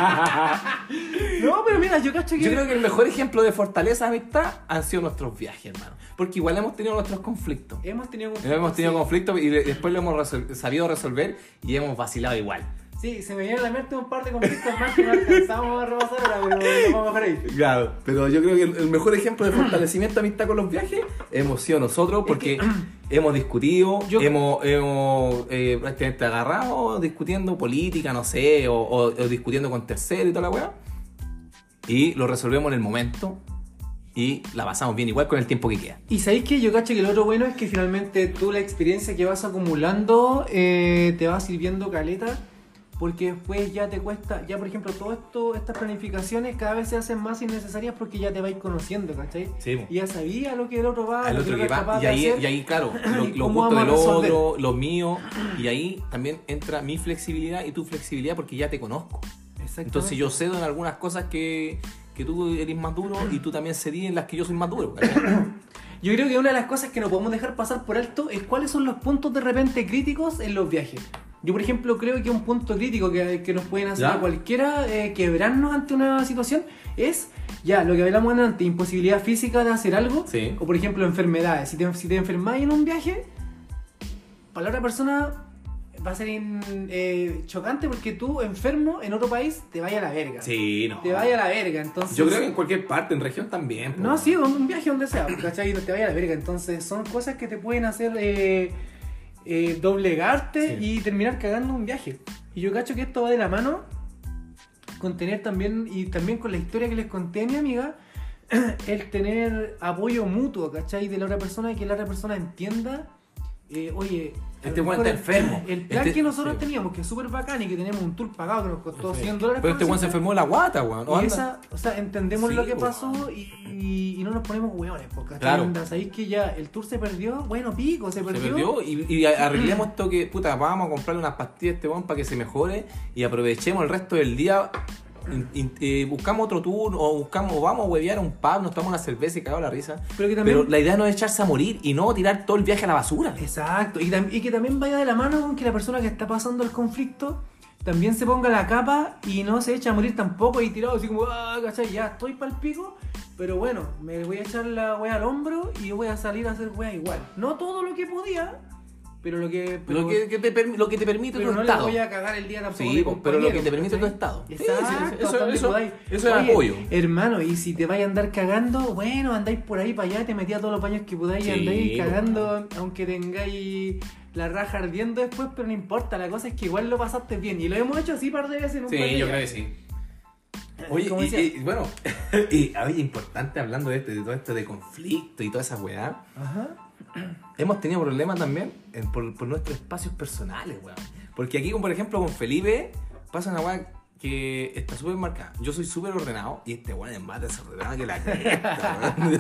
Speaker 2: no, pero mira, yo cacho que...
Speaker 1: Yo creo que el mejor ejemplo de fortaleza de amistad han sido nuestros viajes, hermano. Porque igual hemos tenido nuestros conflictos.
Speaker 2: Hemos tenido conflictos.
Speaker 1: Hemos tenido
Speaker 2: sí.
Speaker 1: conflictos y de- después lo hemos resol- sabido resolver y hemos vacilado igual.
Speaker 2: Sí, se me viene a la mente un par de conflictos más que no alcanzamos a repasar ahora, pero lo vamos a dejar ahí.
Speaker 1: Claro, pero yo creo que el, el mejor ejemplo de fortalecimiento de amistad con los viajes hemos sido nosotros porque hemos discutido,
Speaker 2: Yo-
Speaker 1: hemos, hemos eh, prácticamente agarrado discutiendo política, no sé, o, o- o discutiendo con terceros y toda la weá. Y lo resolvemos en el momento y la pasamos bien, igual con el tiempo que queda.
Speaker 2: Y sabéis que yo cacho que lo otro bueno es que finalmente tú la experiencia que vas acumulando eh, te va sirviendo caleta. Porque después ya te cuesta, ya por ejemplo, todo esto, estas planificaciones cada vez se hacen más innecesarias porque ya te vais conociendo, ¿cachai?
Speaker 1: Sí, po.
Speaker 2: Y ya sabía lo que el otro va,
Speaker 1: Al
Speaker 2: lo
Speaker 1: otro
Speaker 2: que
Speaker 1: que
Speaker 2: el otro es
Speaker 1: va,
Speaker 2: capaz
Speaker 1: y
Speaker 2: de
Speaker 1: ahí,
Speaker 2: hacer.
Speaker 1: y ahí claro, lo-
Speaker 2: ¿Y
Speaker 1: los
Speaker 2: cómo
Speaker 1: gustos
Speaker 2: vamos
Speaker 1: del
Speaker 2: a resolver?
Speaker 1: otro, los míos, y ahí también entra mi flexibilidad y tu flexibilidad porque ya te conozco.
Speaker 2: Exactamente.
Speaker 1: Entonces yo cedo en algunas cosas que, que tú eres más duro y tú también cedí en las que yo soy más duro. ¿cachai?
Speaker 2: Yo creo que una de las cosas que no podemos dejar pasar por alto es cuáles son los puntos de repente críticos en los viajes. Yo, por ejemplo, creo que un punto crítico que, que nos pueden hacer
Speaker 1: ¿Ya?
Speaker 2: a cualquiera eh, quebrarnos ante una situación es, ya, lo que hablamos antes, imposibilidad física de hacer algo,
Speaker 1: Sí.
Speaker 2: o por ejemplo, enfermedades. Si te, si te enfermáis en un viaje, para la otra persona va a ser in- eh, chocante porque tú, enfermo, en otro país, te vaya a la verga.
Speaker 1: Sí, no.
Speaker 2: Te vaya a la verga, entonces...
Speaker 1: Yo creo que en cualquier parte, en región también. po.
Speaker 2: No, sí, un viaje donde sea, ¿cachai? No te vaya a la verga. Entonces son cosas que te pueden hacer eh, eh, doblegarte
Speaker 1: Sí.
Speaker 2: y terminar cagando un viaje. Y yo cacho que esto va de la mano con tener también, y también con la historia que les conté a mi amiga, el tener apoyo mutuo, ¿cachai? De la otra persona y que la otra persona entienda, eh, oye... a
Speaker 1: Este
Speaker 2: lo
Speaker 1: weón
Speaker 2: mejor
Speaker 1: está
Speaker 2: el-
Speaker 1: enfermo.
Speaker 2: El plan
Speaker 1: Este-
Speaker 2: que nosotros
Speaker 1: sí.
Speaker 2: teníamos, que es súper bacán y que tenemos un tour pagado que nos costó
Speaker 1: Sí.
Speaker 2: cien dólares.
Speaker 1: Pero
Speaker 2: por
Speaker 1: este weón se
Speaker 2: persona.
Speaker 1: enfermó de la guata, weón. ¿no?
Speaker 2: Y
Speaker 1: Anda.
Speaker 2: esa, o sea, entendemos
Speaker 1: Sí,
Speaker 2: lo que
Speaker 1: po.
Speaker 2: pasó y, y, y no nos ponemos hueones, porque
Speaker 1: Claro.
Speaker 2: sabéis que ya el tour se perdió, bueno, pico, se
Speaker 1: Se
Speaker 2: perdió.
Speaker 1: perdió y, y arreglemos esto que, puta, vamos a comprarle unas pastillas a este weón para que se mejore y aprovechemos el resto del día. in- in- eh, buscamos otro tour o buscamos o vamos a huevear a un pub, nos tomamos una cerveza y cagamos la risa.
Speaker 2: Pero que también-
Speaker 1: Pero la idea no es echarse a morir y no tirar todo el viaje a la basura.
Speaker 2: Exacto, y, tam- y que también vaya de la mano con que la persona que está pasando el conflicto también se ponga la capa y no se echa a morir tampoco y tirado así como, ah, ¿cachai? Ya estoy pa'l pico, pero bueno, me voy a echar la wea al hombro y voy a salir a hacer wea igual. No todo lo que podía, pero lo que... Pero,
Speaker 1: lo, que, que te, permi- lo que te permite
Speaker 2: pero
Speaker 1: tu
Speaker 2: no
Speaker 1: estado.
Speaker 2: le voy a cagar el día tampoco.
Speaker 1: Sí,
Speaker 2: de
Speaker 1: po, pero lo que te
Speaker 2: compañero,
Speaker 1: permite tu
Speaker 2: ¿cachai?
Speaker 1: estado. Sí,
Speaker 2: Exacto,
Speaker 1: sí, sí, eso-
Speaker 2: hasta donde
Speaker 1: eso-
Speaker 2: podáis.
Speaker 1: eso es
Speaker 2: Oye,
Speaker 1: apoyo.
Speaker 2: Hermano, y si te vais a andar cagando, bueno, andáis por ahí para allá, te metías todos los baños que podáis y
Speaker 1: Sí,
Speaker 2: andáis
Speaker 1: po.
Speaker 2: cagando, aunque tengáis la raja ardiendo después, pero no importa, la cosa es que igual lo pasaste bien. Y lo hemos hecho así par de veces en un par de
Speaker 1: Sí, yo
Speaker 2: días.
Speaker 1: creo que sí. Oye,
Speaker 2: Como
Speaker 1: y,
Speaker 2: decía-
Speaker 1: y, bueno, y oye, importante hablando de, esto, de todo esto de conflicto y toda esa weá,
Speaker 2: Ajá.
Speaker 1: hemos tenido problemas también en- por, por nuestros espacios personales, weón. Porque aquí, como por ejemplo, con Felipe, pasa una weá que está súper marcada. Yo soy súper ordenado y este weón en más desordenado que la cresta, weón.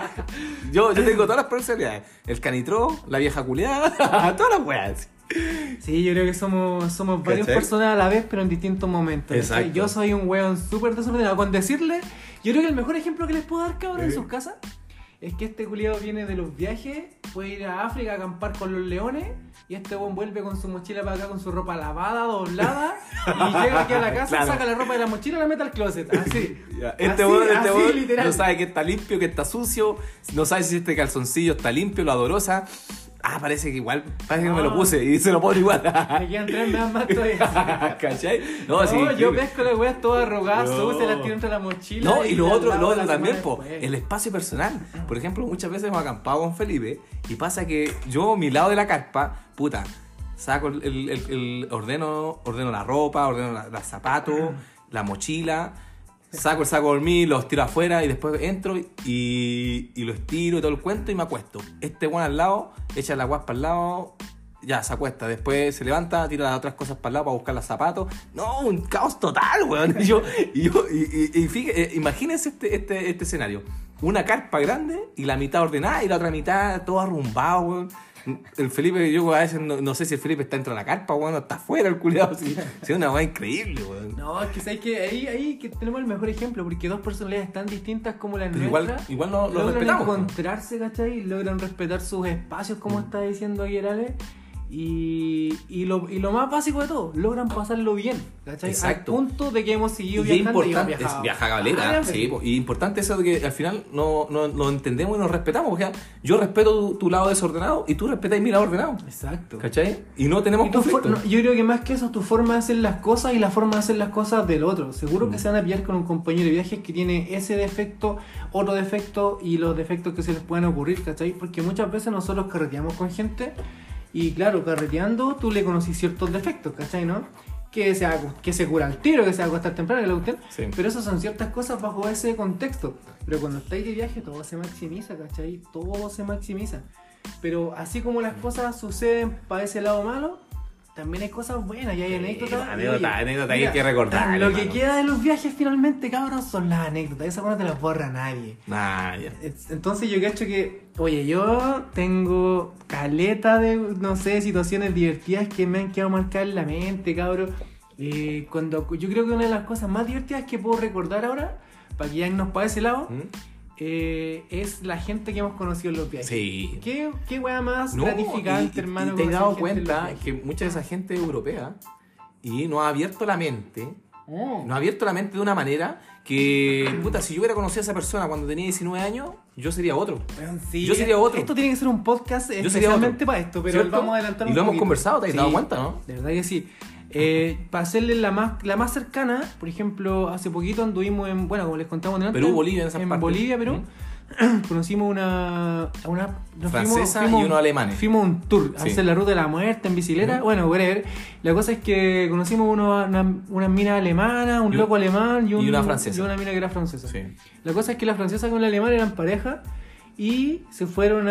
Speaker 1: yo, yo tengo todas las personalidades. El canitró, la vieja culiada, todas las weas.
Speaker 2: Sí, yo creo que somos, somos varias
Speaker 1: ¿Cachai?
Speaker 2: personas a la vez, pero en distintos momentos. ¿cachai?
Speaker 1: Exacto.
Speaker 2: Yo soy un weón súper desordenado. Con decirle, yo creo que el mejor ejemplo que les puedo dar, cabrón, en
Speaker 1: Sí.
Speaker 2: sus casas, es que este culiado viene de los viajes, puede ir a África a acampar con los leones, y este weón vuelve con su mochila para acá con su ropa lavada, doblada, y llega aquí a la casa,
Speaker 1: Claro.
Speaker 2: saca la ropa de la mochila y la mete al closet. Así.
Speaker 1: Ya, Este
Speaker 2: Así,
Speaker 1: weón, este
Speaker 2: así,
Speaker 1: weón
Speaker 2: literal.
Speaker 1: no sabe que está limpio, que está sucio, no sabe si este calzoncillo está limpio, lo adorosa. Ah, parece que igual, parece que me lo
Speaker 2: No.
Speaker 1: puse y se lo pone igual.
Speaker 2: Me quedan tres me dan más todavía.
Speaker 1: ¿Cachai? No,
Speaker 2: No,
Speaker 1: sí.
Speaker 2: yo
Speaker 1: sí.
Speaker 2: pesco las weas todas arrugadas,
Speaker 1: No.
Speaker 2: sucias, las tiro entre la mochila.
Speaker 1: No, y lo
Speaker 2: las
Speaker 1: otro,
Speaker 2: lavo
Speaker 1: lo
Speaker 2: la
Speaker 1: otro también,
Speaker 2: semana
Speaker 1: po,
Speaker 2: después.
Speaker 1: el espacio personal. Por ejemplo, muchas veces hemos acampado con Felipe y pasa que yo, mi lado de la carpa, puta, saco el, el- el- el- ordeno, ordeno la ropa, ordeno la- los zapatos, la mochila, saco el saco de dormir, los tiro afuera y después entro y, y lo estiro y todo el cuento y me acuesto. Este weón al lado, echa la guaspa al lado, ya se acuesta, después se levanta, tira las otras cosas para el lado para buscar los zapatos. No, un caos total, weón. Y yo, y yo, y, y, y fíjate, eh, imagínense este, este, este escenario. Una carpa grande y la mitad ordenada y la otra mitad todo arrumbado, weón. El Felipe, yo a veces no, no sé si el Felipe está dentro de la carpa, weón, o está afuera el culiado. Sí, es una weá increíble, weón.
Speaker 2: No, es que sabes que ahí, ahí que tenemos el mejor ejemplo, porque dos personalidades tan distintas como las
Speaker 1: Pero
Speaker 2: nuestras
Speaker 1: igual, igual no, lo
Speaker 2: logran
Speaker 1: respetamos.
Speaker 2: encontrarse, ¿cachai? Logran respetar sus espacios, como
Speaker 1: Mm.
Speaker 2: está diciendo ayer Ale. Y, y, lo, y lo más básico de todo, logran pasarlo bien, ¿cachai?
Speaker 1: Exacto.
Speaker 2: Al punto de que hemos seguido
Speaker 1: Y es
Speaker 2: viajando
Speaker 1: importante,
Speaker 2: y hemos
Speaker 1: es
Speaker 2: viajado.
Speaker 1: viajar a
Speaker 2: Ah,
Speaker 1: galera, sí, po, y importante eso de que al final no, no, lo entendemos y nos respetamos, porque yo respeto tu, tu lado desordenado y tú respetas mi lado ordenado,
Speaker 2: Exacto.
Speaker 1: ¿cachai? Y no tenemos
Speaker 2: Y tu for-
Speaker 1: conflicto.
Speaker 2: no, yo creo que más que eso, tu forma de hacer las cosas y la forma de hacer las cosas del otro. Seguro que
Speaker 1: Mm.
Speaker 2: se van a pillar con un compañero de viajes que tiene ese defecto, otro defecto y los defectos que se les pueden ocurrir, ¿cachai? Porque muchas veces nosotros carreteamos con gente y claro, carreteando tú le conocís ciertos defectos, ¿cachai? ¿No? Que se, acu- que se cura al tiro, que se va a acostar temprano, que la cuestión.
Speaker 1: Sí.
Speaker 2: Pero esas son ciertas cosas bajo ese contexto. Pero cuando estáis de viaje todo se maximiza, ¿cachai? Todo se maximiza. Pero así como las cosas suceden para ese lado malo, también hay cosas buenas y hay
Speaker 1: Sí,
Speaker 2: anécdotas.
Speaker 1: anécdota,
Speaker 2: Y, oye,
Speaker 1: anécdota que
Speaker 2: mira,
Speaker 1: hay que recordar,
Speaker 2: Lo
Speaker 1: hermano.
Speaker 2: que queda de los viajes finalmente, cabros, son las anécdotas. Esas no te las borra nadie.
Speaker 1: Nah, ya.
Speaker 2: Entonces yo cacho que, oye, yo tengo caleta de, no sé, situaciones divertidas que me han quedado marcadas en la mente, cabrón. Eh, cuando, yo creo que una de las cosas más divertidas que puedo recordar ahora, para que ya nos para ese lado,
Speaker 1: ¿Mm?
Speaker 2: eh, es la gente que hemos conocido en los viajes.
Speaker 1: Sí.
Speaker 2: ¿Qué, qué wea más
Speaker 1: No,
Speaker 2: gratificante,
Speaker 1: y- y-
Speaker 2: hermano?
Speaker 1: Y te has
Speaker 2: conocer
Speaker 1: dado
Speaker 2: gente en los
Speaker 1: cuenta
Speaker 2: viajes.
Speaker 1: que mucha de esa gente es europea y nos ha abierto la mente.
Speaker 2: Oh.
Speaker 1: Nos ha abierto la mente de una manera que, puta, si yo hubiera conocido a esa persona cuando tenía diecinueve años, yo sería otro.
Speaker 2: Weón, sí,
Speaker 1: Yo sería otro.
Speaker 2: Esto tiene que ser un podcast
Speaker 1: Yo sería
Speaker 2: especialmente
Speaker 1: otro.
Speaker 2: para esto, pero
Speaker 1: ¿Cierto?
Speaker 2: vamos a adelantar
Speaker 1: Y
Speaker 2: un
Speaker 1: lo hemos
Speaker 2: poquito.
Speaker 1: conversado, ¿te has
Speaker 2: Sí,
Speaker 1: dado cuenta, no?
Speaker 2: De verdad que sí. Eh, para hacerle la más, la más cercana, por ejemplo, hace poquito anduvimos en, bueno, como les contamos delante,
Speaker 1: Perú, Bolivia, en esas
Speaker 2: en
Speaker 1: partes.
Speaker 2: Bolivia, Perú.
Speaker 1: ¿Mm?
Speaker 2: Conocimos una, a una nos
Speaker 1: Francesa
Speaker 2: fuimos- fuimos-
Speaker 1: y unos alemanes.
Speaker 2: Fuimos a un tour, a
Speaker 1: Sí.
Speaker 2: hacer la ruta de la muerte en bicicleta.
Speaker 1: ¿Mm?
Speaker 2: Bueno, whatever. La cosa es que conocimos uno, una, una mina alemana, un
Speaker 1: Y un-
Speaker 2: loco alemán y, un-
Speaker 1: y una francesa.
Speaker 2: y una mina que era francesa.
Speaker 1: Sí.
Speaker 2: La cosa es que la francesa con la alemana eran pareja y se fueron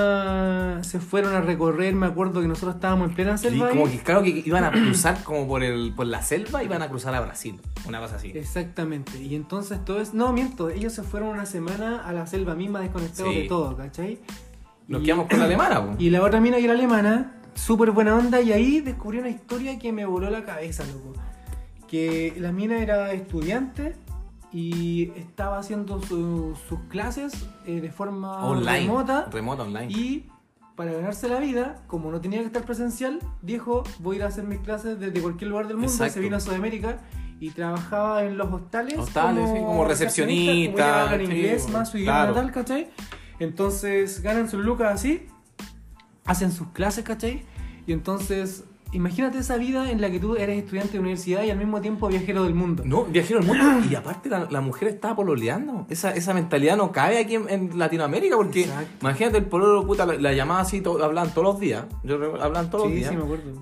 Speaker 2: a se fueron a recorrer, me acuerdo que nosotros estábamos en plena
Speaker 1: Y
Speaker 2: selva
Speaker 1: como
Speaker 2: ahí.
Speaker 1: que claro que iban a cruzar como por el por la selva y iban a cruzar a Brasil, una cosa así.
Speaker 2: Exactamente. Y entonces todo es no, miento, ellos se fueron una semana a la selva misma desconectados
Speaker 1: Sí.
Speaker 2: de todo, ¿cachai?
Speaker 1: Nos
Speaker 2: Y-
Speaker 1: quedamos con la alemana, po.
Speaker 2: Y la otra mina que era alemana, súper buena onda, y ahí descubrí una historia que me voló la cabeza, loco. Que la mina era estudiante y estaba haciendo su- sus clases eh, de forma
Speaker 1: Online.
Speaker 2: remota.
Speaker 1: Remota online.
Speaker 2: Y para ganarse la vida, como no tenía que estar presencial, dijo, voy a ir a hacer mis clases desde cualquier lugar del mundo.
Speaker 1: Exacto.
Speaker 2: Se vino a Sudamérica y trabajaba en los hostales.
Speaker 1: Hostales, sí, como recepcionista,
Speaker 2: como ella habla en
Speaker 1: sí,
Speaker 2: inglés, más su idioma
Speaker 1: claro.
Speaker 2: natal, ¿cachai? Entonces ganan sus lucas así, hacen sus clases, ¿cachai? Y entonces, imagínate esa vida en la que tú eres estudiante de universidad y al mismo tiempo viajero del mundo.
Speaker 1: No, viajero al mundo. Y aparte la, la mujer estaba pololeando. Esa, esa mentalidad no cabe aquí en, en Latinoamérica porque
Speaker 2: Exacto.
Speaker 1: imagínate el pololo, puta, la, la llamada así, to- hablaban todos los días. Yo re- hablaban todos los
Speaker 2: Sí,
Speaker 1: días.
Speaker 2: sí, me acuerdo.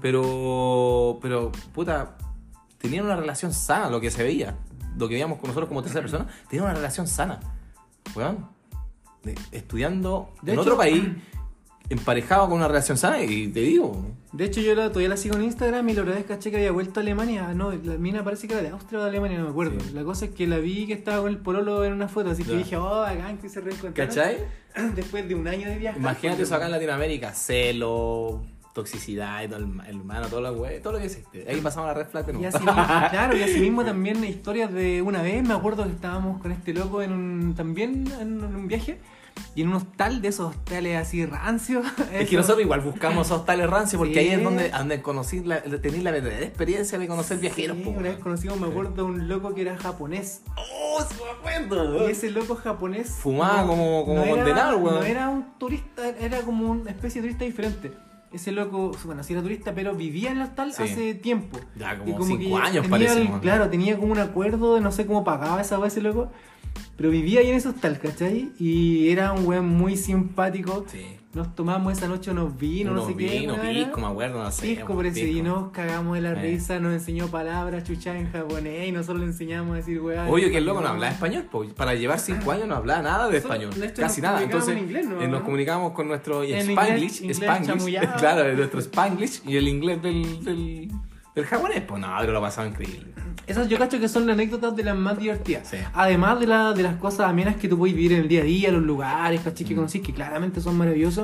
Speaker 1: Pero, pero, puta, tenían una relación sana, lo que se veía. Lo que veíamos con nosotros como tercera persona, tenían una relación sana. Weón, de- estudiando
Speaker 2: De
Speaker 1: en
Speaker 2: hecho-
Speaker 1: otro país, emparejado con una relación sana, y te digo,
Speaker 2: De hecho, yo la, todavía la sigo en Instagram y la otra vez caché que había vuelto a Alemania. No, la mina parece que era de Austria o de Alemania, no me acuerdo.
Speaker 1: Sí.
Speaker 2: La cosa es que la vi que estaba con el pololo en una foto, así que
Speaker 1: Ya.
Speaker 2: dije, oh, bacán que se reencontraron.
Speaker 1: ¿cachai?
Speaker 2: Después de un año de viaje.
Speaker 1: Imagínate eso acá en Latinoamérica, celo, toxicidad y todo el, ma- el humano, todo lo, güey, todo lo que existe. Ahí pasamos la red flag de
Speaker 2: Y
Speaker 1: nuevo.
Speaker 2: así mismo, claro, y así mismo también historias de una vez, me acuerdo que estábamos con este loco en un, también en un viaje y en un hostal de esos hostales así rancios.
Speaker 1: Es que
Speaker 2: esos-
Speaker 1: nosotros igual buscamos hostales rancios porque
Speaker 2: Sí.
Speaker 1: ahí es donde, donde conocí la, tenéis la verdadera experiencia de conocer viajeros.
Speaker 2: Sí,
Speaker 1: po,
Speaker 2: una vez
Speaker 1: weón.
Speaker 2: conocimos, me acuerdo, de un loco que era japonés.
Speaker 1: ¡Oh, se me acuerdo!
Speaker 2: Y
Speaker 1: weón!
Speaker 2: ese loco japonés
Speaker 1: Fumaba como- como
Speaker 2: era-
Speaker 1: condenado, weón.
Speaker 2: No era un turista, era como una especie de turista diferente. Ese loco, bueno, sí era turista, pero vivía en el hostal
Speaker 1: Sí.
Speaker 2: hace tiempo.
Speaker 1: Ya,
Speaker 2: Y
Speaker 1: como cinco
Speaker 2: que
Speaker 1: años
Speaker 2: tenía
Speaker 1: parece,
Speaker 2: el-
Speaker 1: weón.
Speaker 2: Claro, tenía como un acuerdo de no sé cómo pagaba esa vez ese loco. Pero vivía ahí en ese hostal, ¿cachai? Y era un weón muy simpático.
Speaker 1: Sí.
Speaker 2: Nos tomamos esa noche unos vinos, no sé qué.
Speaker 1: vino,
Speaker 2: weón, era.
Speaker 1: pisco, me acuerdo, no sé.
Speaker 2: Pisco,
Speaker 1: weón,
Speaker 2: parece, y
Speaker 1: pisco.
Speaker 2: nos cagamos de la
Speaker 1: Eh.
Speaker 2: risa, nos enseñó palabras chuchadas en japonés y nosotros le enseñamos a decir weón.
Speaker 1: Oye, que el loco no hablaba español, pues para llevar cinco años no hablaba nada de
Speaker 2: Solo-
Speaker 1: español,
Speaker 2: de hecho,
Speaker 1: casi
Speaker 2: nos
Speaker 1: nada.
Speaker 2: comunicábamos
Speaker 1: Entonces
Speaker 2: en inglés, ¿no?
Speaker 1: eh, nos comunicábamos con nuestro
Speaker 2: En
Speaker 1: Spanglish,
Speaker 2: inglés- inglés
Speaker 1: Spanglish,
Speaker 2: chamullado.
Speaker 1: claro, nuestro Spanglish y el inglés del, del, del japonés, pues no, pero lo pasaba increíble.
Speaker 2: Esas yo cacho que son las anécdotas de las más divertidas.
Speaker 1: Sí.
Speaker 2: Además de, la, de las cosas amenas que tú puedes vivir en el día a día, los lugares, ¿cachai? Que
Speaker 1: Mm.
Speaker 2: conocís, que claramente son maravillosos.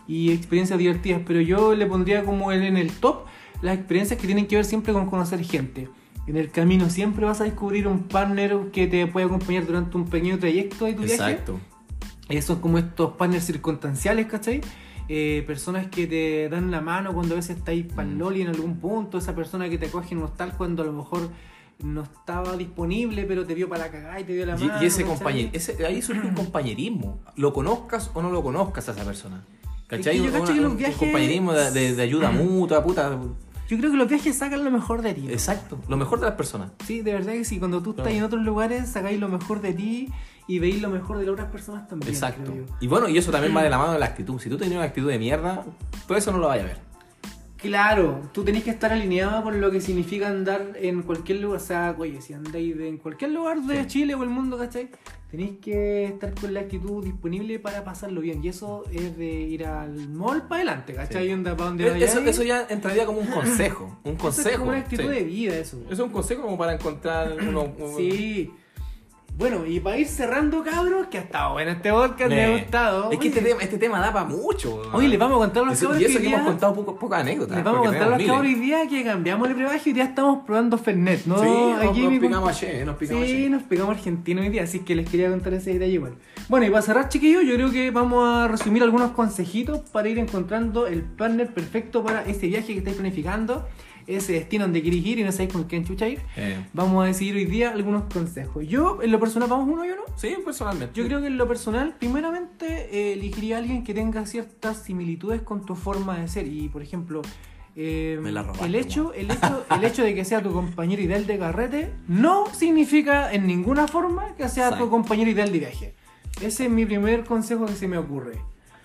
Speaker 2: y experiencias divertidas, pero yo le pondría como el, en el top las experiencias que tienen que ver siempre con conocer gente. En el camino siempre vas a descubrir un partner que te puede acompañar durante un pequeño trayecto de tu viaje.
Speaker 1: Exacto.
Speaker 2: Esos son como estos partners circunstanciales, ¿cachai? Eh, personas que te dan la mano cuando a veces estáis pa'l loli en algún punto, esa persona que te acoge en un hostal cuando a lo mejor no estaba disponible, pero te vio para la cagada y te dio la
Speaker 1: Y,
Speaker 2: mano.
Speaker 1: y ese
Speaker 2: ¿cachai?
Speaker 1: compañero, ese, ahí surge un compañerismo. Lo conozcas o no lo conozcas a esa persona. ¿Cachai?
Speaker 2: Es que yo cacho
Speaker 1: Una-
Speaker 2: que los
Speaker 1: un
Speaker 2: viajes-
Speaker 1: compañerismo de, de- de ayuda mutua, puta.
Speaker 2: Yo creo que los viajes sacan lo mejor de ti.
Speaker 1: Exacto, lo mejor de las personas.
Speaker 2: Sí, de verdad que sí. Cuando tú
Speaker 1: Claro.
Speaker 2: estás en otros lugares, sacáis lo mejor de ti y veis lo mejor de las otras personas también.
Speaker 1: Exacto.
Speaker 2: creo yo.
Speaker 1: Y bueno, y eso también va de la mano de la actitud. Si tú tenías una actitud de mierda, todo eso no lo vayas a ver.
Speaker 2: Claro, tú tenés que estar alineado con lo que significa andar en cualquier lugar. O sea, oye, si andáis de- en cualquier lugar de
Speaker 1: Sí.
Speaker 2: Chile o el mundo, ¿cachai? Tenéis que estar con la actitud disponible para pasarlo bien. Y eso es de ir al mall para adelante, ¿cachai?
Speaker 1: Sí.
Speaker 2: Anda para donde
Speaker 1: Eso,
Speaker 2: vayáis.
Speaker 1: eso ya entraría como un consejo. Un
Speaker 2: Eso
Speaker 1: consejo.
Speaker 2: es como una actitud
Speaker 1: sí.
Speaker 2: de vida, eso.
Speaker 1: Eso es un consejo como para encontrar uno. uno-
Speaker 2: Sí. Bueno, y para ir cerrando, cabros, que ha estado bueno este podcast, me ha
Speaker 1: Eh,
Speaker 2: gustado.
Speaker 1: Es que este
Speaker 2: Oye,
Speaker 1: tema, este tema da para mucho.
Speaker 2: Oye, les vamos a contar a los
Speaker 1: Eso-
Speaker 2: cabros
Speaker 1: Y eso
Speaker 2: que
Speaker 1: que
Speaker 2: hoy
Speaker 1: hemos
Speaker 2: día-
Speaker 1: contado poco, pocas anécdotas.
Speaker 2: Les vamos a
Speaker 1: porque
Speaker 2: contar a los
Speaker 1: tenemos
Speaker 2: cabros hoy
Speaker 1: miles.
Speaker 2: día que cambiamos el brebaje y hoy día estamos probando Fernet, ¿no?
Speaker 1: Sí, nos,
Speaker 2: Aquí
Speaker 1: nos
Speaker 2: mi compa-
Speaker 1: picamos ayer, nos picamos
Speaker 2: Sí,
Speaker 1: ayer.
Speaker 2: nos pegamos argentino hoy día, así que les quería contar ese detalle igual. Bueno, y para cerrar, chiquillos, yo creo que vamos a resumir algunos consejitos para ir encontrando el partner perfecto para ese viaje que estáis planificando, ese destino donde queréis ir y no sabéis con quién chucha ir.
Speaker 1: Eh,
Speaker 2: Vamos a decidir hoy día algunos consejos. Yo, en lo personal, vamos uno y uno.
Speaker 1: sí, personalmente.
Speaker 2: Yo creo que en lo personal, primeramente, eh, elegiría a alguien que tenga ciertas similitudes con tu forma de ser. Y, por ejemplo, eh,
Speaker 1: Me la robaste,
Speaker 2: el, hecho, el, hecho, el hecho de que sea tu compañero ideal de carrete no significa en ninguna forma que sea
Speaker 1: Exacto.
Speaker 2: tu compañero ideal de viaje. Ese es mi primer consejo que se me ocurre.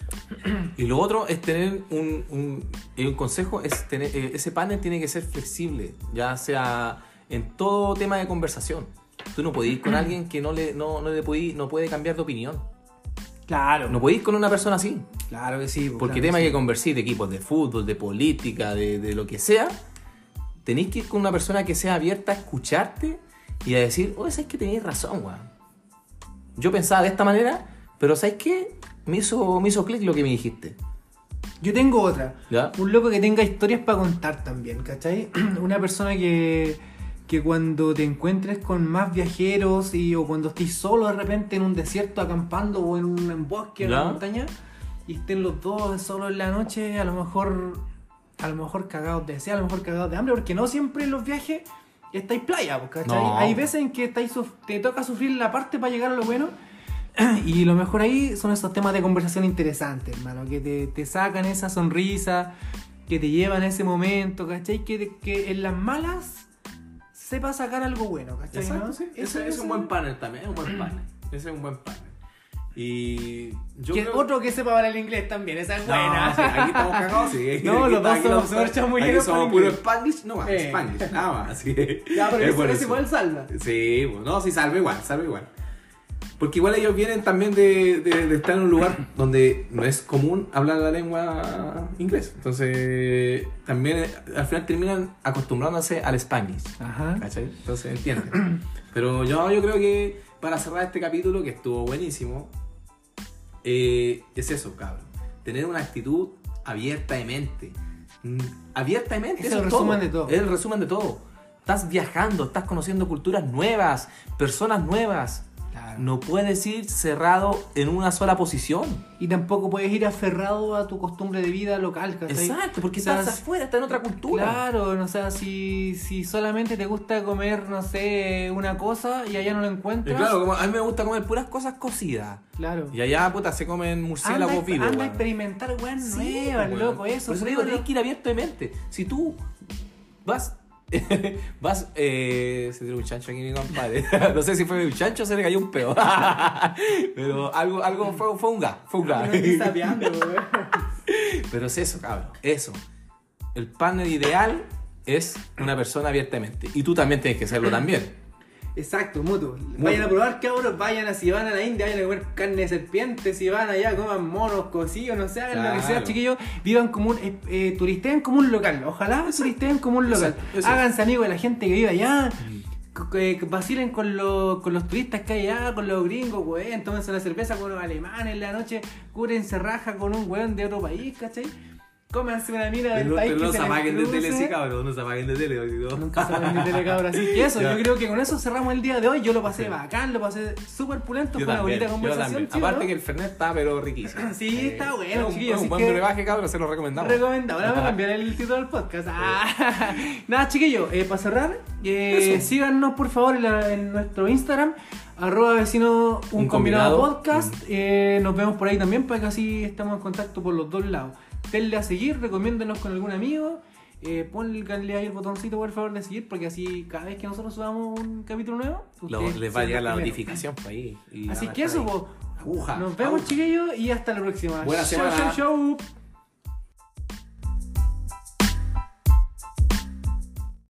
Speaker 1: Y lo otro es tener un, un, y un consejo, es tener, eh, ese panel tiene que ser flexible, ya sea en todo tema de conversación. Tú no podés ir con alguien que no le, no, no le podí- no puede cambiar de opinión.
Speaker 2: Claro.
Speaker 1: No podés ir con una persona así.
Speaker 2: Claro que sí.
Speaker 1: Porque
Speaker 2: claro
Speaker 1: tema
Speaker 2: que
Speaker 1: que
Speaker 2: sí.
Speaker 1: conversar de equipos de fútbol, de política, de, de lo que sea, tenéis que ir con una persona que sea abierta a escucharte y a decir, oye, ¿sabes que tenéis razón, weón? Yo pensaba de esta manera, pero ¿sabes qué? Me hizo, me hizo clic lo que me dijiste.
Speaker 2: Yo tengo otra.
Speaker 1: ¿Ya?
Speaker 2: Un loco que tenga historias para contar también, ¿cachai? Una persona que, que cuando te encuentres con más viajeros y, o cuando estés solo de repente en un desierto acampando o en un bosque o en
Speaker 1: ¿Ya?
Speaker 2: una montaña y estén los dos solos en la noche, a lo mejor a lo mejor cagados de sed, a lo mejor cagados de hambre, porque no siempre en los viajes estáis playa, pues, ¿cachai?
Speaker 1: No.
Speaker 2: Hay veces en que estáis suf- te toca sufrir la parte para llegar a lo bueno. Y lo mejor ahí son esos temas de conversación interesantes, hermano, que te, te sacan esa sonrisa, que te llevan a ese momento, ¿cachai? Que, que en las malas sepa sacar algo bueno, ¿cachai?
Speaker 1: Exacto,
Speaker 2: ¿no?
Speaker 1: sí.
Speaker 2: Eso-
Speaker 1: Ese es
Speaker 2: eso-
Speaker 1: un buen panel también, es un buen panel. Ese es un buen panel. Y yo
Speaker 2: Que
Speaker 1: creo-
Speaker 2: otro que sepa hablar el inglés también, esa es
Speaker 1: No,
Speaker 2: buena.
Speaker 1: sí, aquí estamos cagados, sí. Aquí-
Speaker 2: No,
Speaker 1: aquí
Speaker 2: los dos
Speaker 1: aquí
Speaker 2: somos
Speaker 1: no-
Speaker 2: súper chamulleros
Speaker 1: aquí somos
Speaker 2: para
Speaker 1: puro
Speaker 2: inglés.
Speaker 1: Spanglish, no más,
Speaker 2: Eh.
Speaker 1: Spanglish, nada más. Así que
Speaker 2: Ya, pero
Speaker 1: es
Speaker 2: eso
Speaker 1: por
Speaker 2: es
Speaker 1: eso.
Speaker 2: igual salva.
Speaker 1: Sí, pues, no, sí, salve igual, salve igual. Porque igual ellos vienen también de, de- de estar en un lugar donde no es común hablar la lengua inglesa. Entonces, también eh, al final terminan acostumbrándose al Spanglish.
Speaker 2: Ajá.
Speaker 1: ¿Cachai? Entonces entienden. Pero yo, yo creo que para cerrar este capítulo, que estuvo buenísimo, eh, es eso, cabrón. Tener una actitud abierta de mente. Mm, Abierta de mente.
Speaker 2: Es
Speaker 1: eso
Speaker 2: el resumen de todo.
Speaker 1: Es el resumen de todo. Estás viajando, estás conociendo culturas nuevas, personas nuevas.
Speaker 2: Claro.
Speaker 1: No puedes ir cerrado en una sola posición.
Speaker 2: Y tampoco puedes ir aferrado a tu costumbre de vida local, ¿cachai?
Speaker 1: Exacto, porque
Speaker 2: O sea,
Speaker 1: estás afuera, estás en otra cultura.
Speaker 2: Claro, no sé, si, si solamente te gusta comer, no sé, una cosa y allá no lo
Speaker 1: Y
Speaker 2: encuentras.
Speaker 1: claro, como a mí me gusta comer puras cosas cocidas.
Speaker 2: Claro.
Speaker 1: Y allá, puta, se comen murciélagos
Speaker 2: anda,
Speaker 1: vivos.
Speaker 2: anda a
Speaker 1: weón.
Speaker 2: experimentar weón
Speaker 1: Sí,
Speaker 2: nuevas,
Speaker 1: weón.
Speaker 2: loco, eso.
Speaker 1: Por eso te
Speaker 2: pruébalo.
Speaker 1: digo, tienes que ir abierto de mente. Si tú vas. vas. Eh, se tiró un chancho aquí, mi compadre. No sé si fue un chancho o se le cayó un peo. Pero algo, algo fue, fue un gas. Fue un gas.
Speaker 2: No estoy sapeando, weón.
Speaker 1: Pero es eso, cabrón. Eso. El partner ideal es una persona abiertamente. Y tú también tienes que serlo también.
Speaker 2: Exacto, mutuo. Vayan a probar, cabros, vayan a, si van a la India, vayan a comer carne de serpiente, si van allá, coman monos cocidos, no sé, hagan lo que sea,
Speaker 1: Claro.
Speaker 2: chiquillos, vivan como un, eh, eh, turisteen como un local, ojalá turisteen como un local,
Speaker 1: Exacto, eso.
Speaker 2: háganse amigos de la gente que vive allá, que vacilen con los, con los turistas que hay allá, con los gringos, weón, tómense la cerveza con los alemanes en la noche, cúrense raja con un weón de otro país, ¿cachai? Cómanse una mina del
Speaker 1: Pero
Speaker 2: país
Speaker 1: no,
Speaker 2: que
Speaker 1: no
Speaker 2: se
Speaker 1: se
Speaker 2: les
Speaker 1: apaguen de
Speaker 2: cruce.
Speaker 1: tele, sí, cabrón, no se apaguen de tele. ¿No?
Speaker 2: Nunca se apaguen de tele, cabrón, así que eso,
Speaker 1: Ya.
Speaker 2: yo creo que con eso cerramos el día de hoy, yo lo pasé
Speaker 1: Sí.
Speaker 2: bacán, lo pasé súper pulento,
Speaker 1: Yo
Speaker 2: fue una
Speaker 1: también,
Speaker 2: bonita
Speaker 1: yo
Speaker 2: conversación,
Speaker 1: también.
Speaker 2: ¿sí,
Speaker 1: Aparte
Speaker 2: no?
Speaker 1: que el Fernet está pero riquísimo.
Speaker 2: Sí, está bueno,
Speaker 1: es un,
Speaker 2: chiquillos,
Speaker 1: es un
Speaker 2: así
Speaker 1: buen
Speaker 2: que-
Speaker 1: brebaje, cabrón, se lo recomendamos.
Speaker 2: Recomendado. Ahora me cambiaré el título del podcast. Ah. Nada, chiquillos, eh, para cerrar, eh,
Speaker 1: Eso.
Speaker 2: síganos por favor en, la- en nuestro Instagram, arroba vecino un,
Speaker 1: Un
Speaker 2: combinado,
Speaker 1: combinado.
Speaker 2: podcast.
Speaker 1: Mm.
Speaker 2: Eh, nos vemos por ahí también para que así estemos en contacto por los dos lados. Denle a seguir, recomiéndenos con algún amigo. Eh, ponle ahí el botoncito por favor de seguir, porque así cada vez que nosotros subamos un capítulo nuevo,
Speaker 1: Lo-
Speaker 2: ustedes
Speaker 1: les va a
Speaker 2: son
Speaker 1: llegar
Speaker 2: los
Speaker 1: la
Speaker 2: primeros.
Speaker 1: notificación por ahí. y
Speaker 2: Así
Speaker 1: van a
Speaker 2: que
Speaker 1: estar
Speaker 2: eso,
Speaker 1: ahí.
Speaker 2: po.
Speaker 1: Aguja.
Speaker 2: Nos vemos,
Speaker 1: Aguja.
Speaker 2: chiquillos, y hasta la próxima.
Speaker 1: Buena
Speaker 2: Chau,
Speaker 1: semana.
Speaker 2: chau, chau.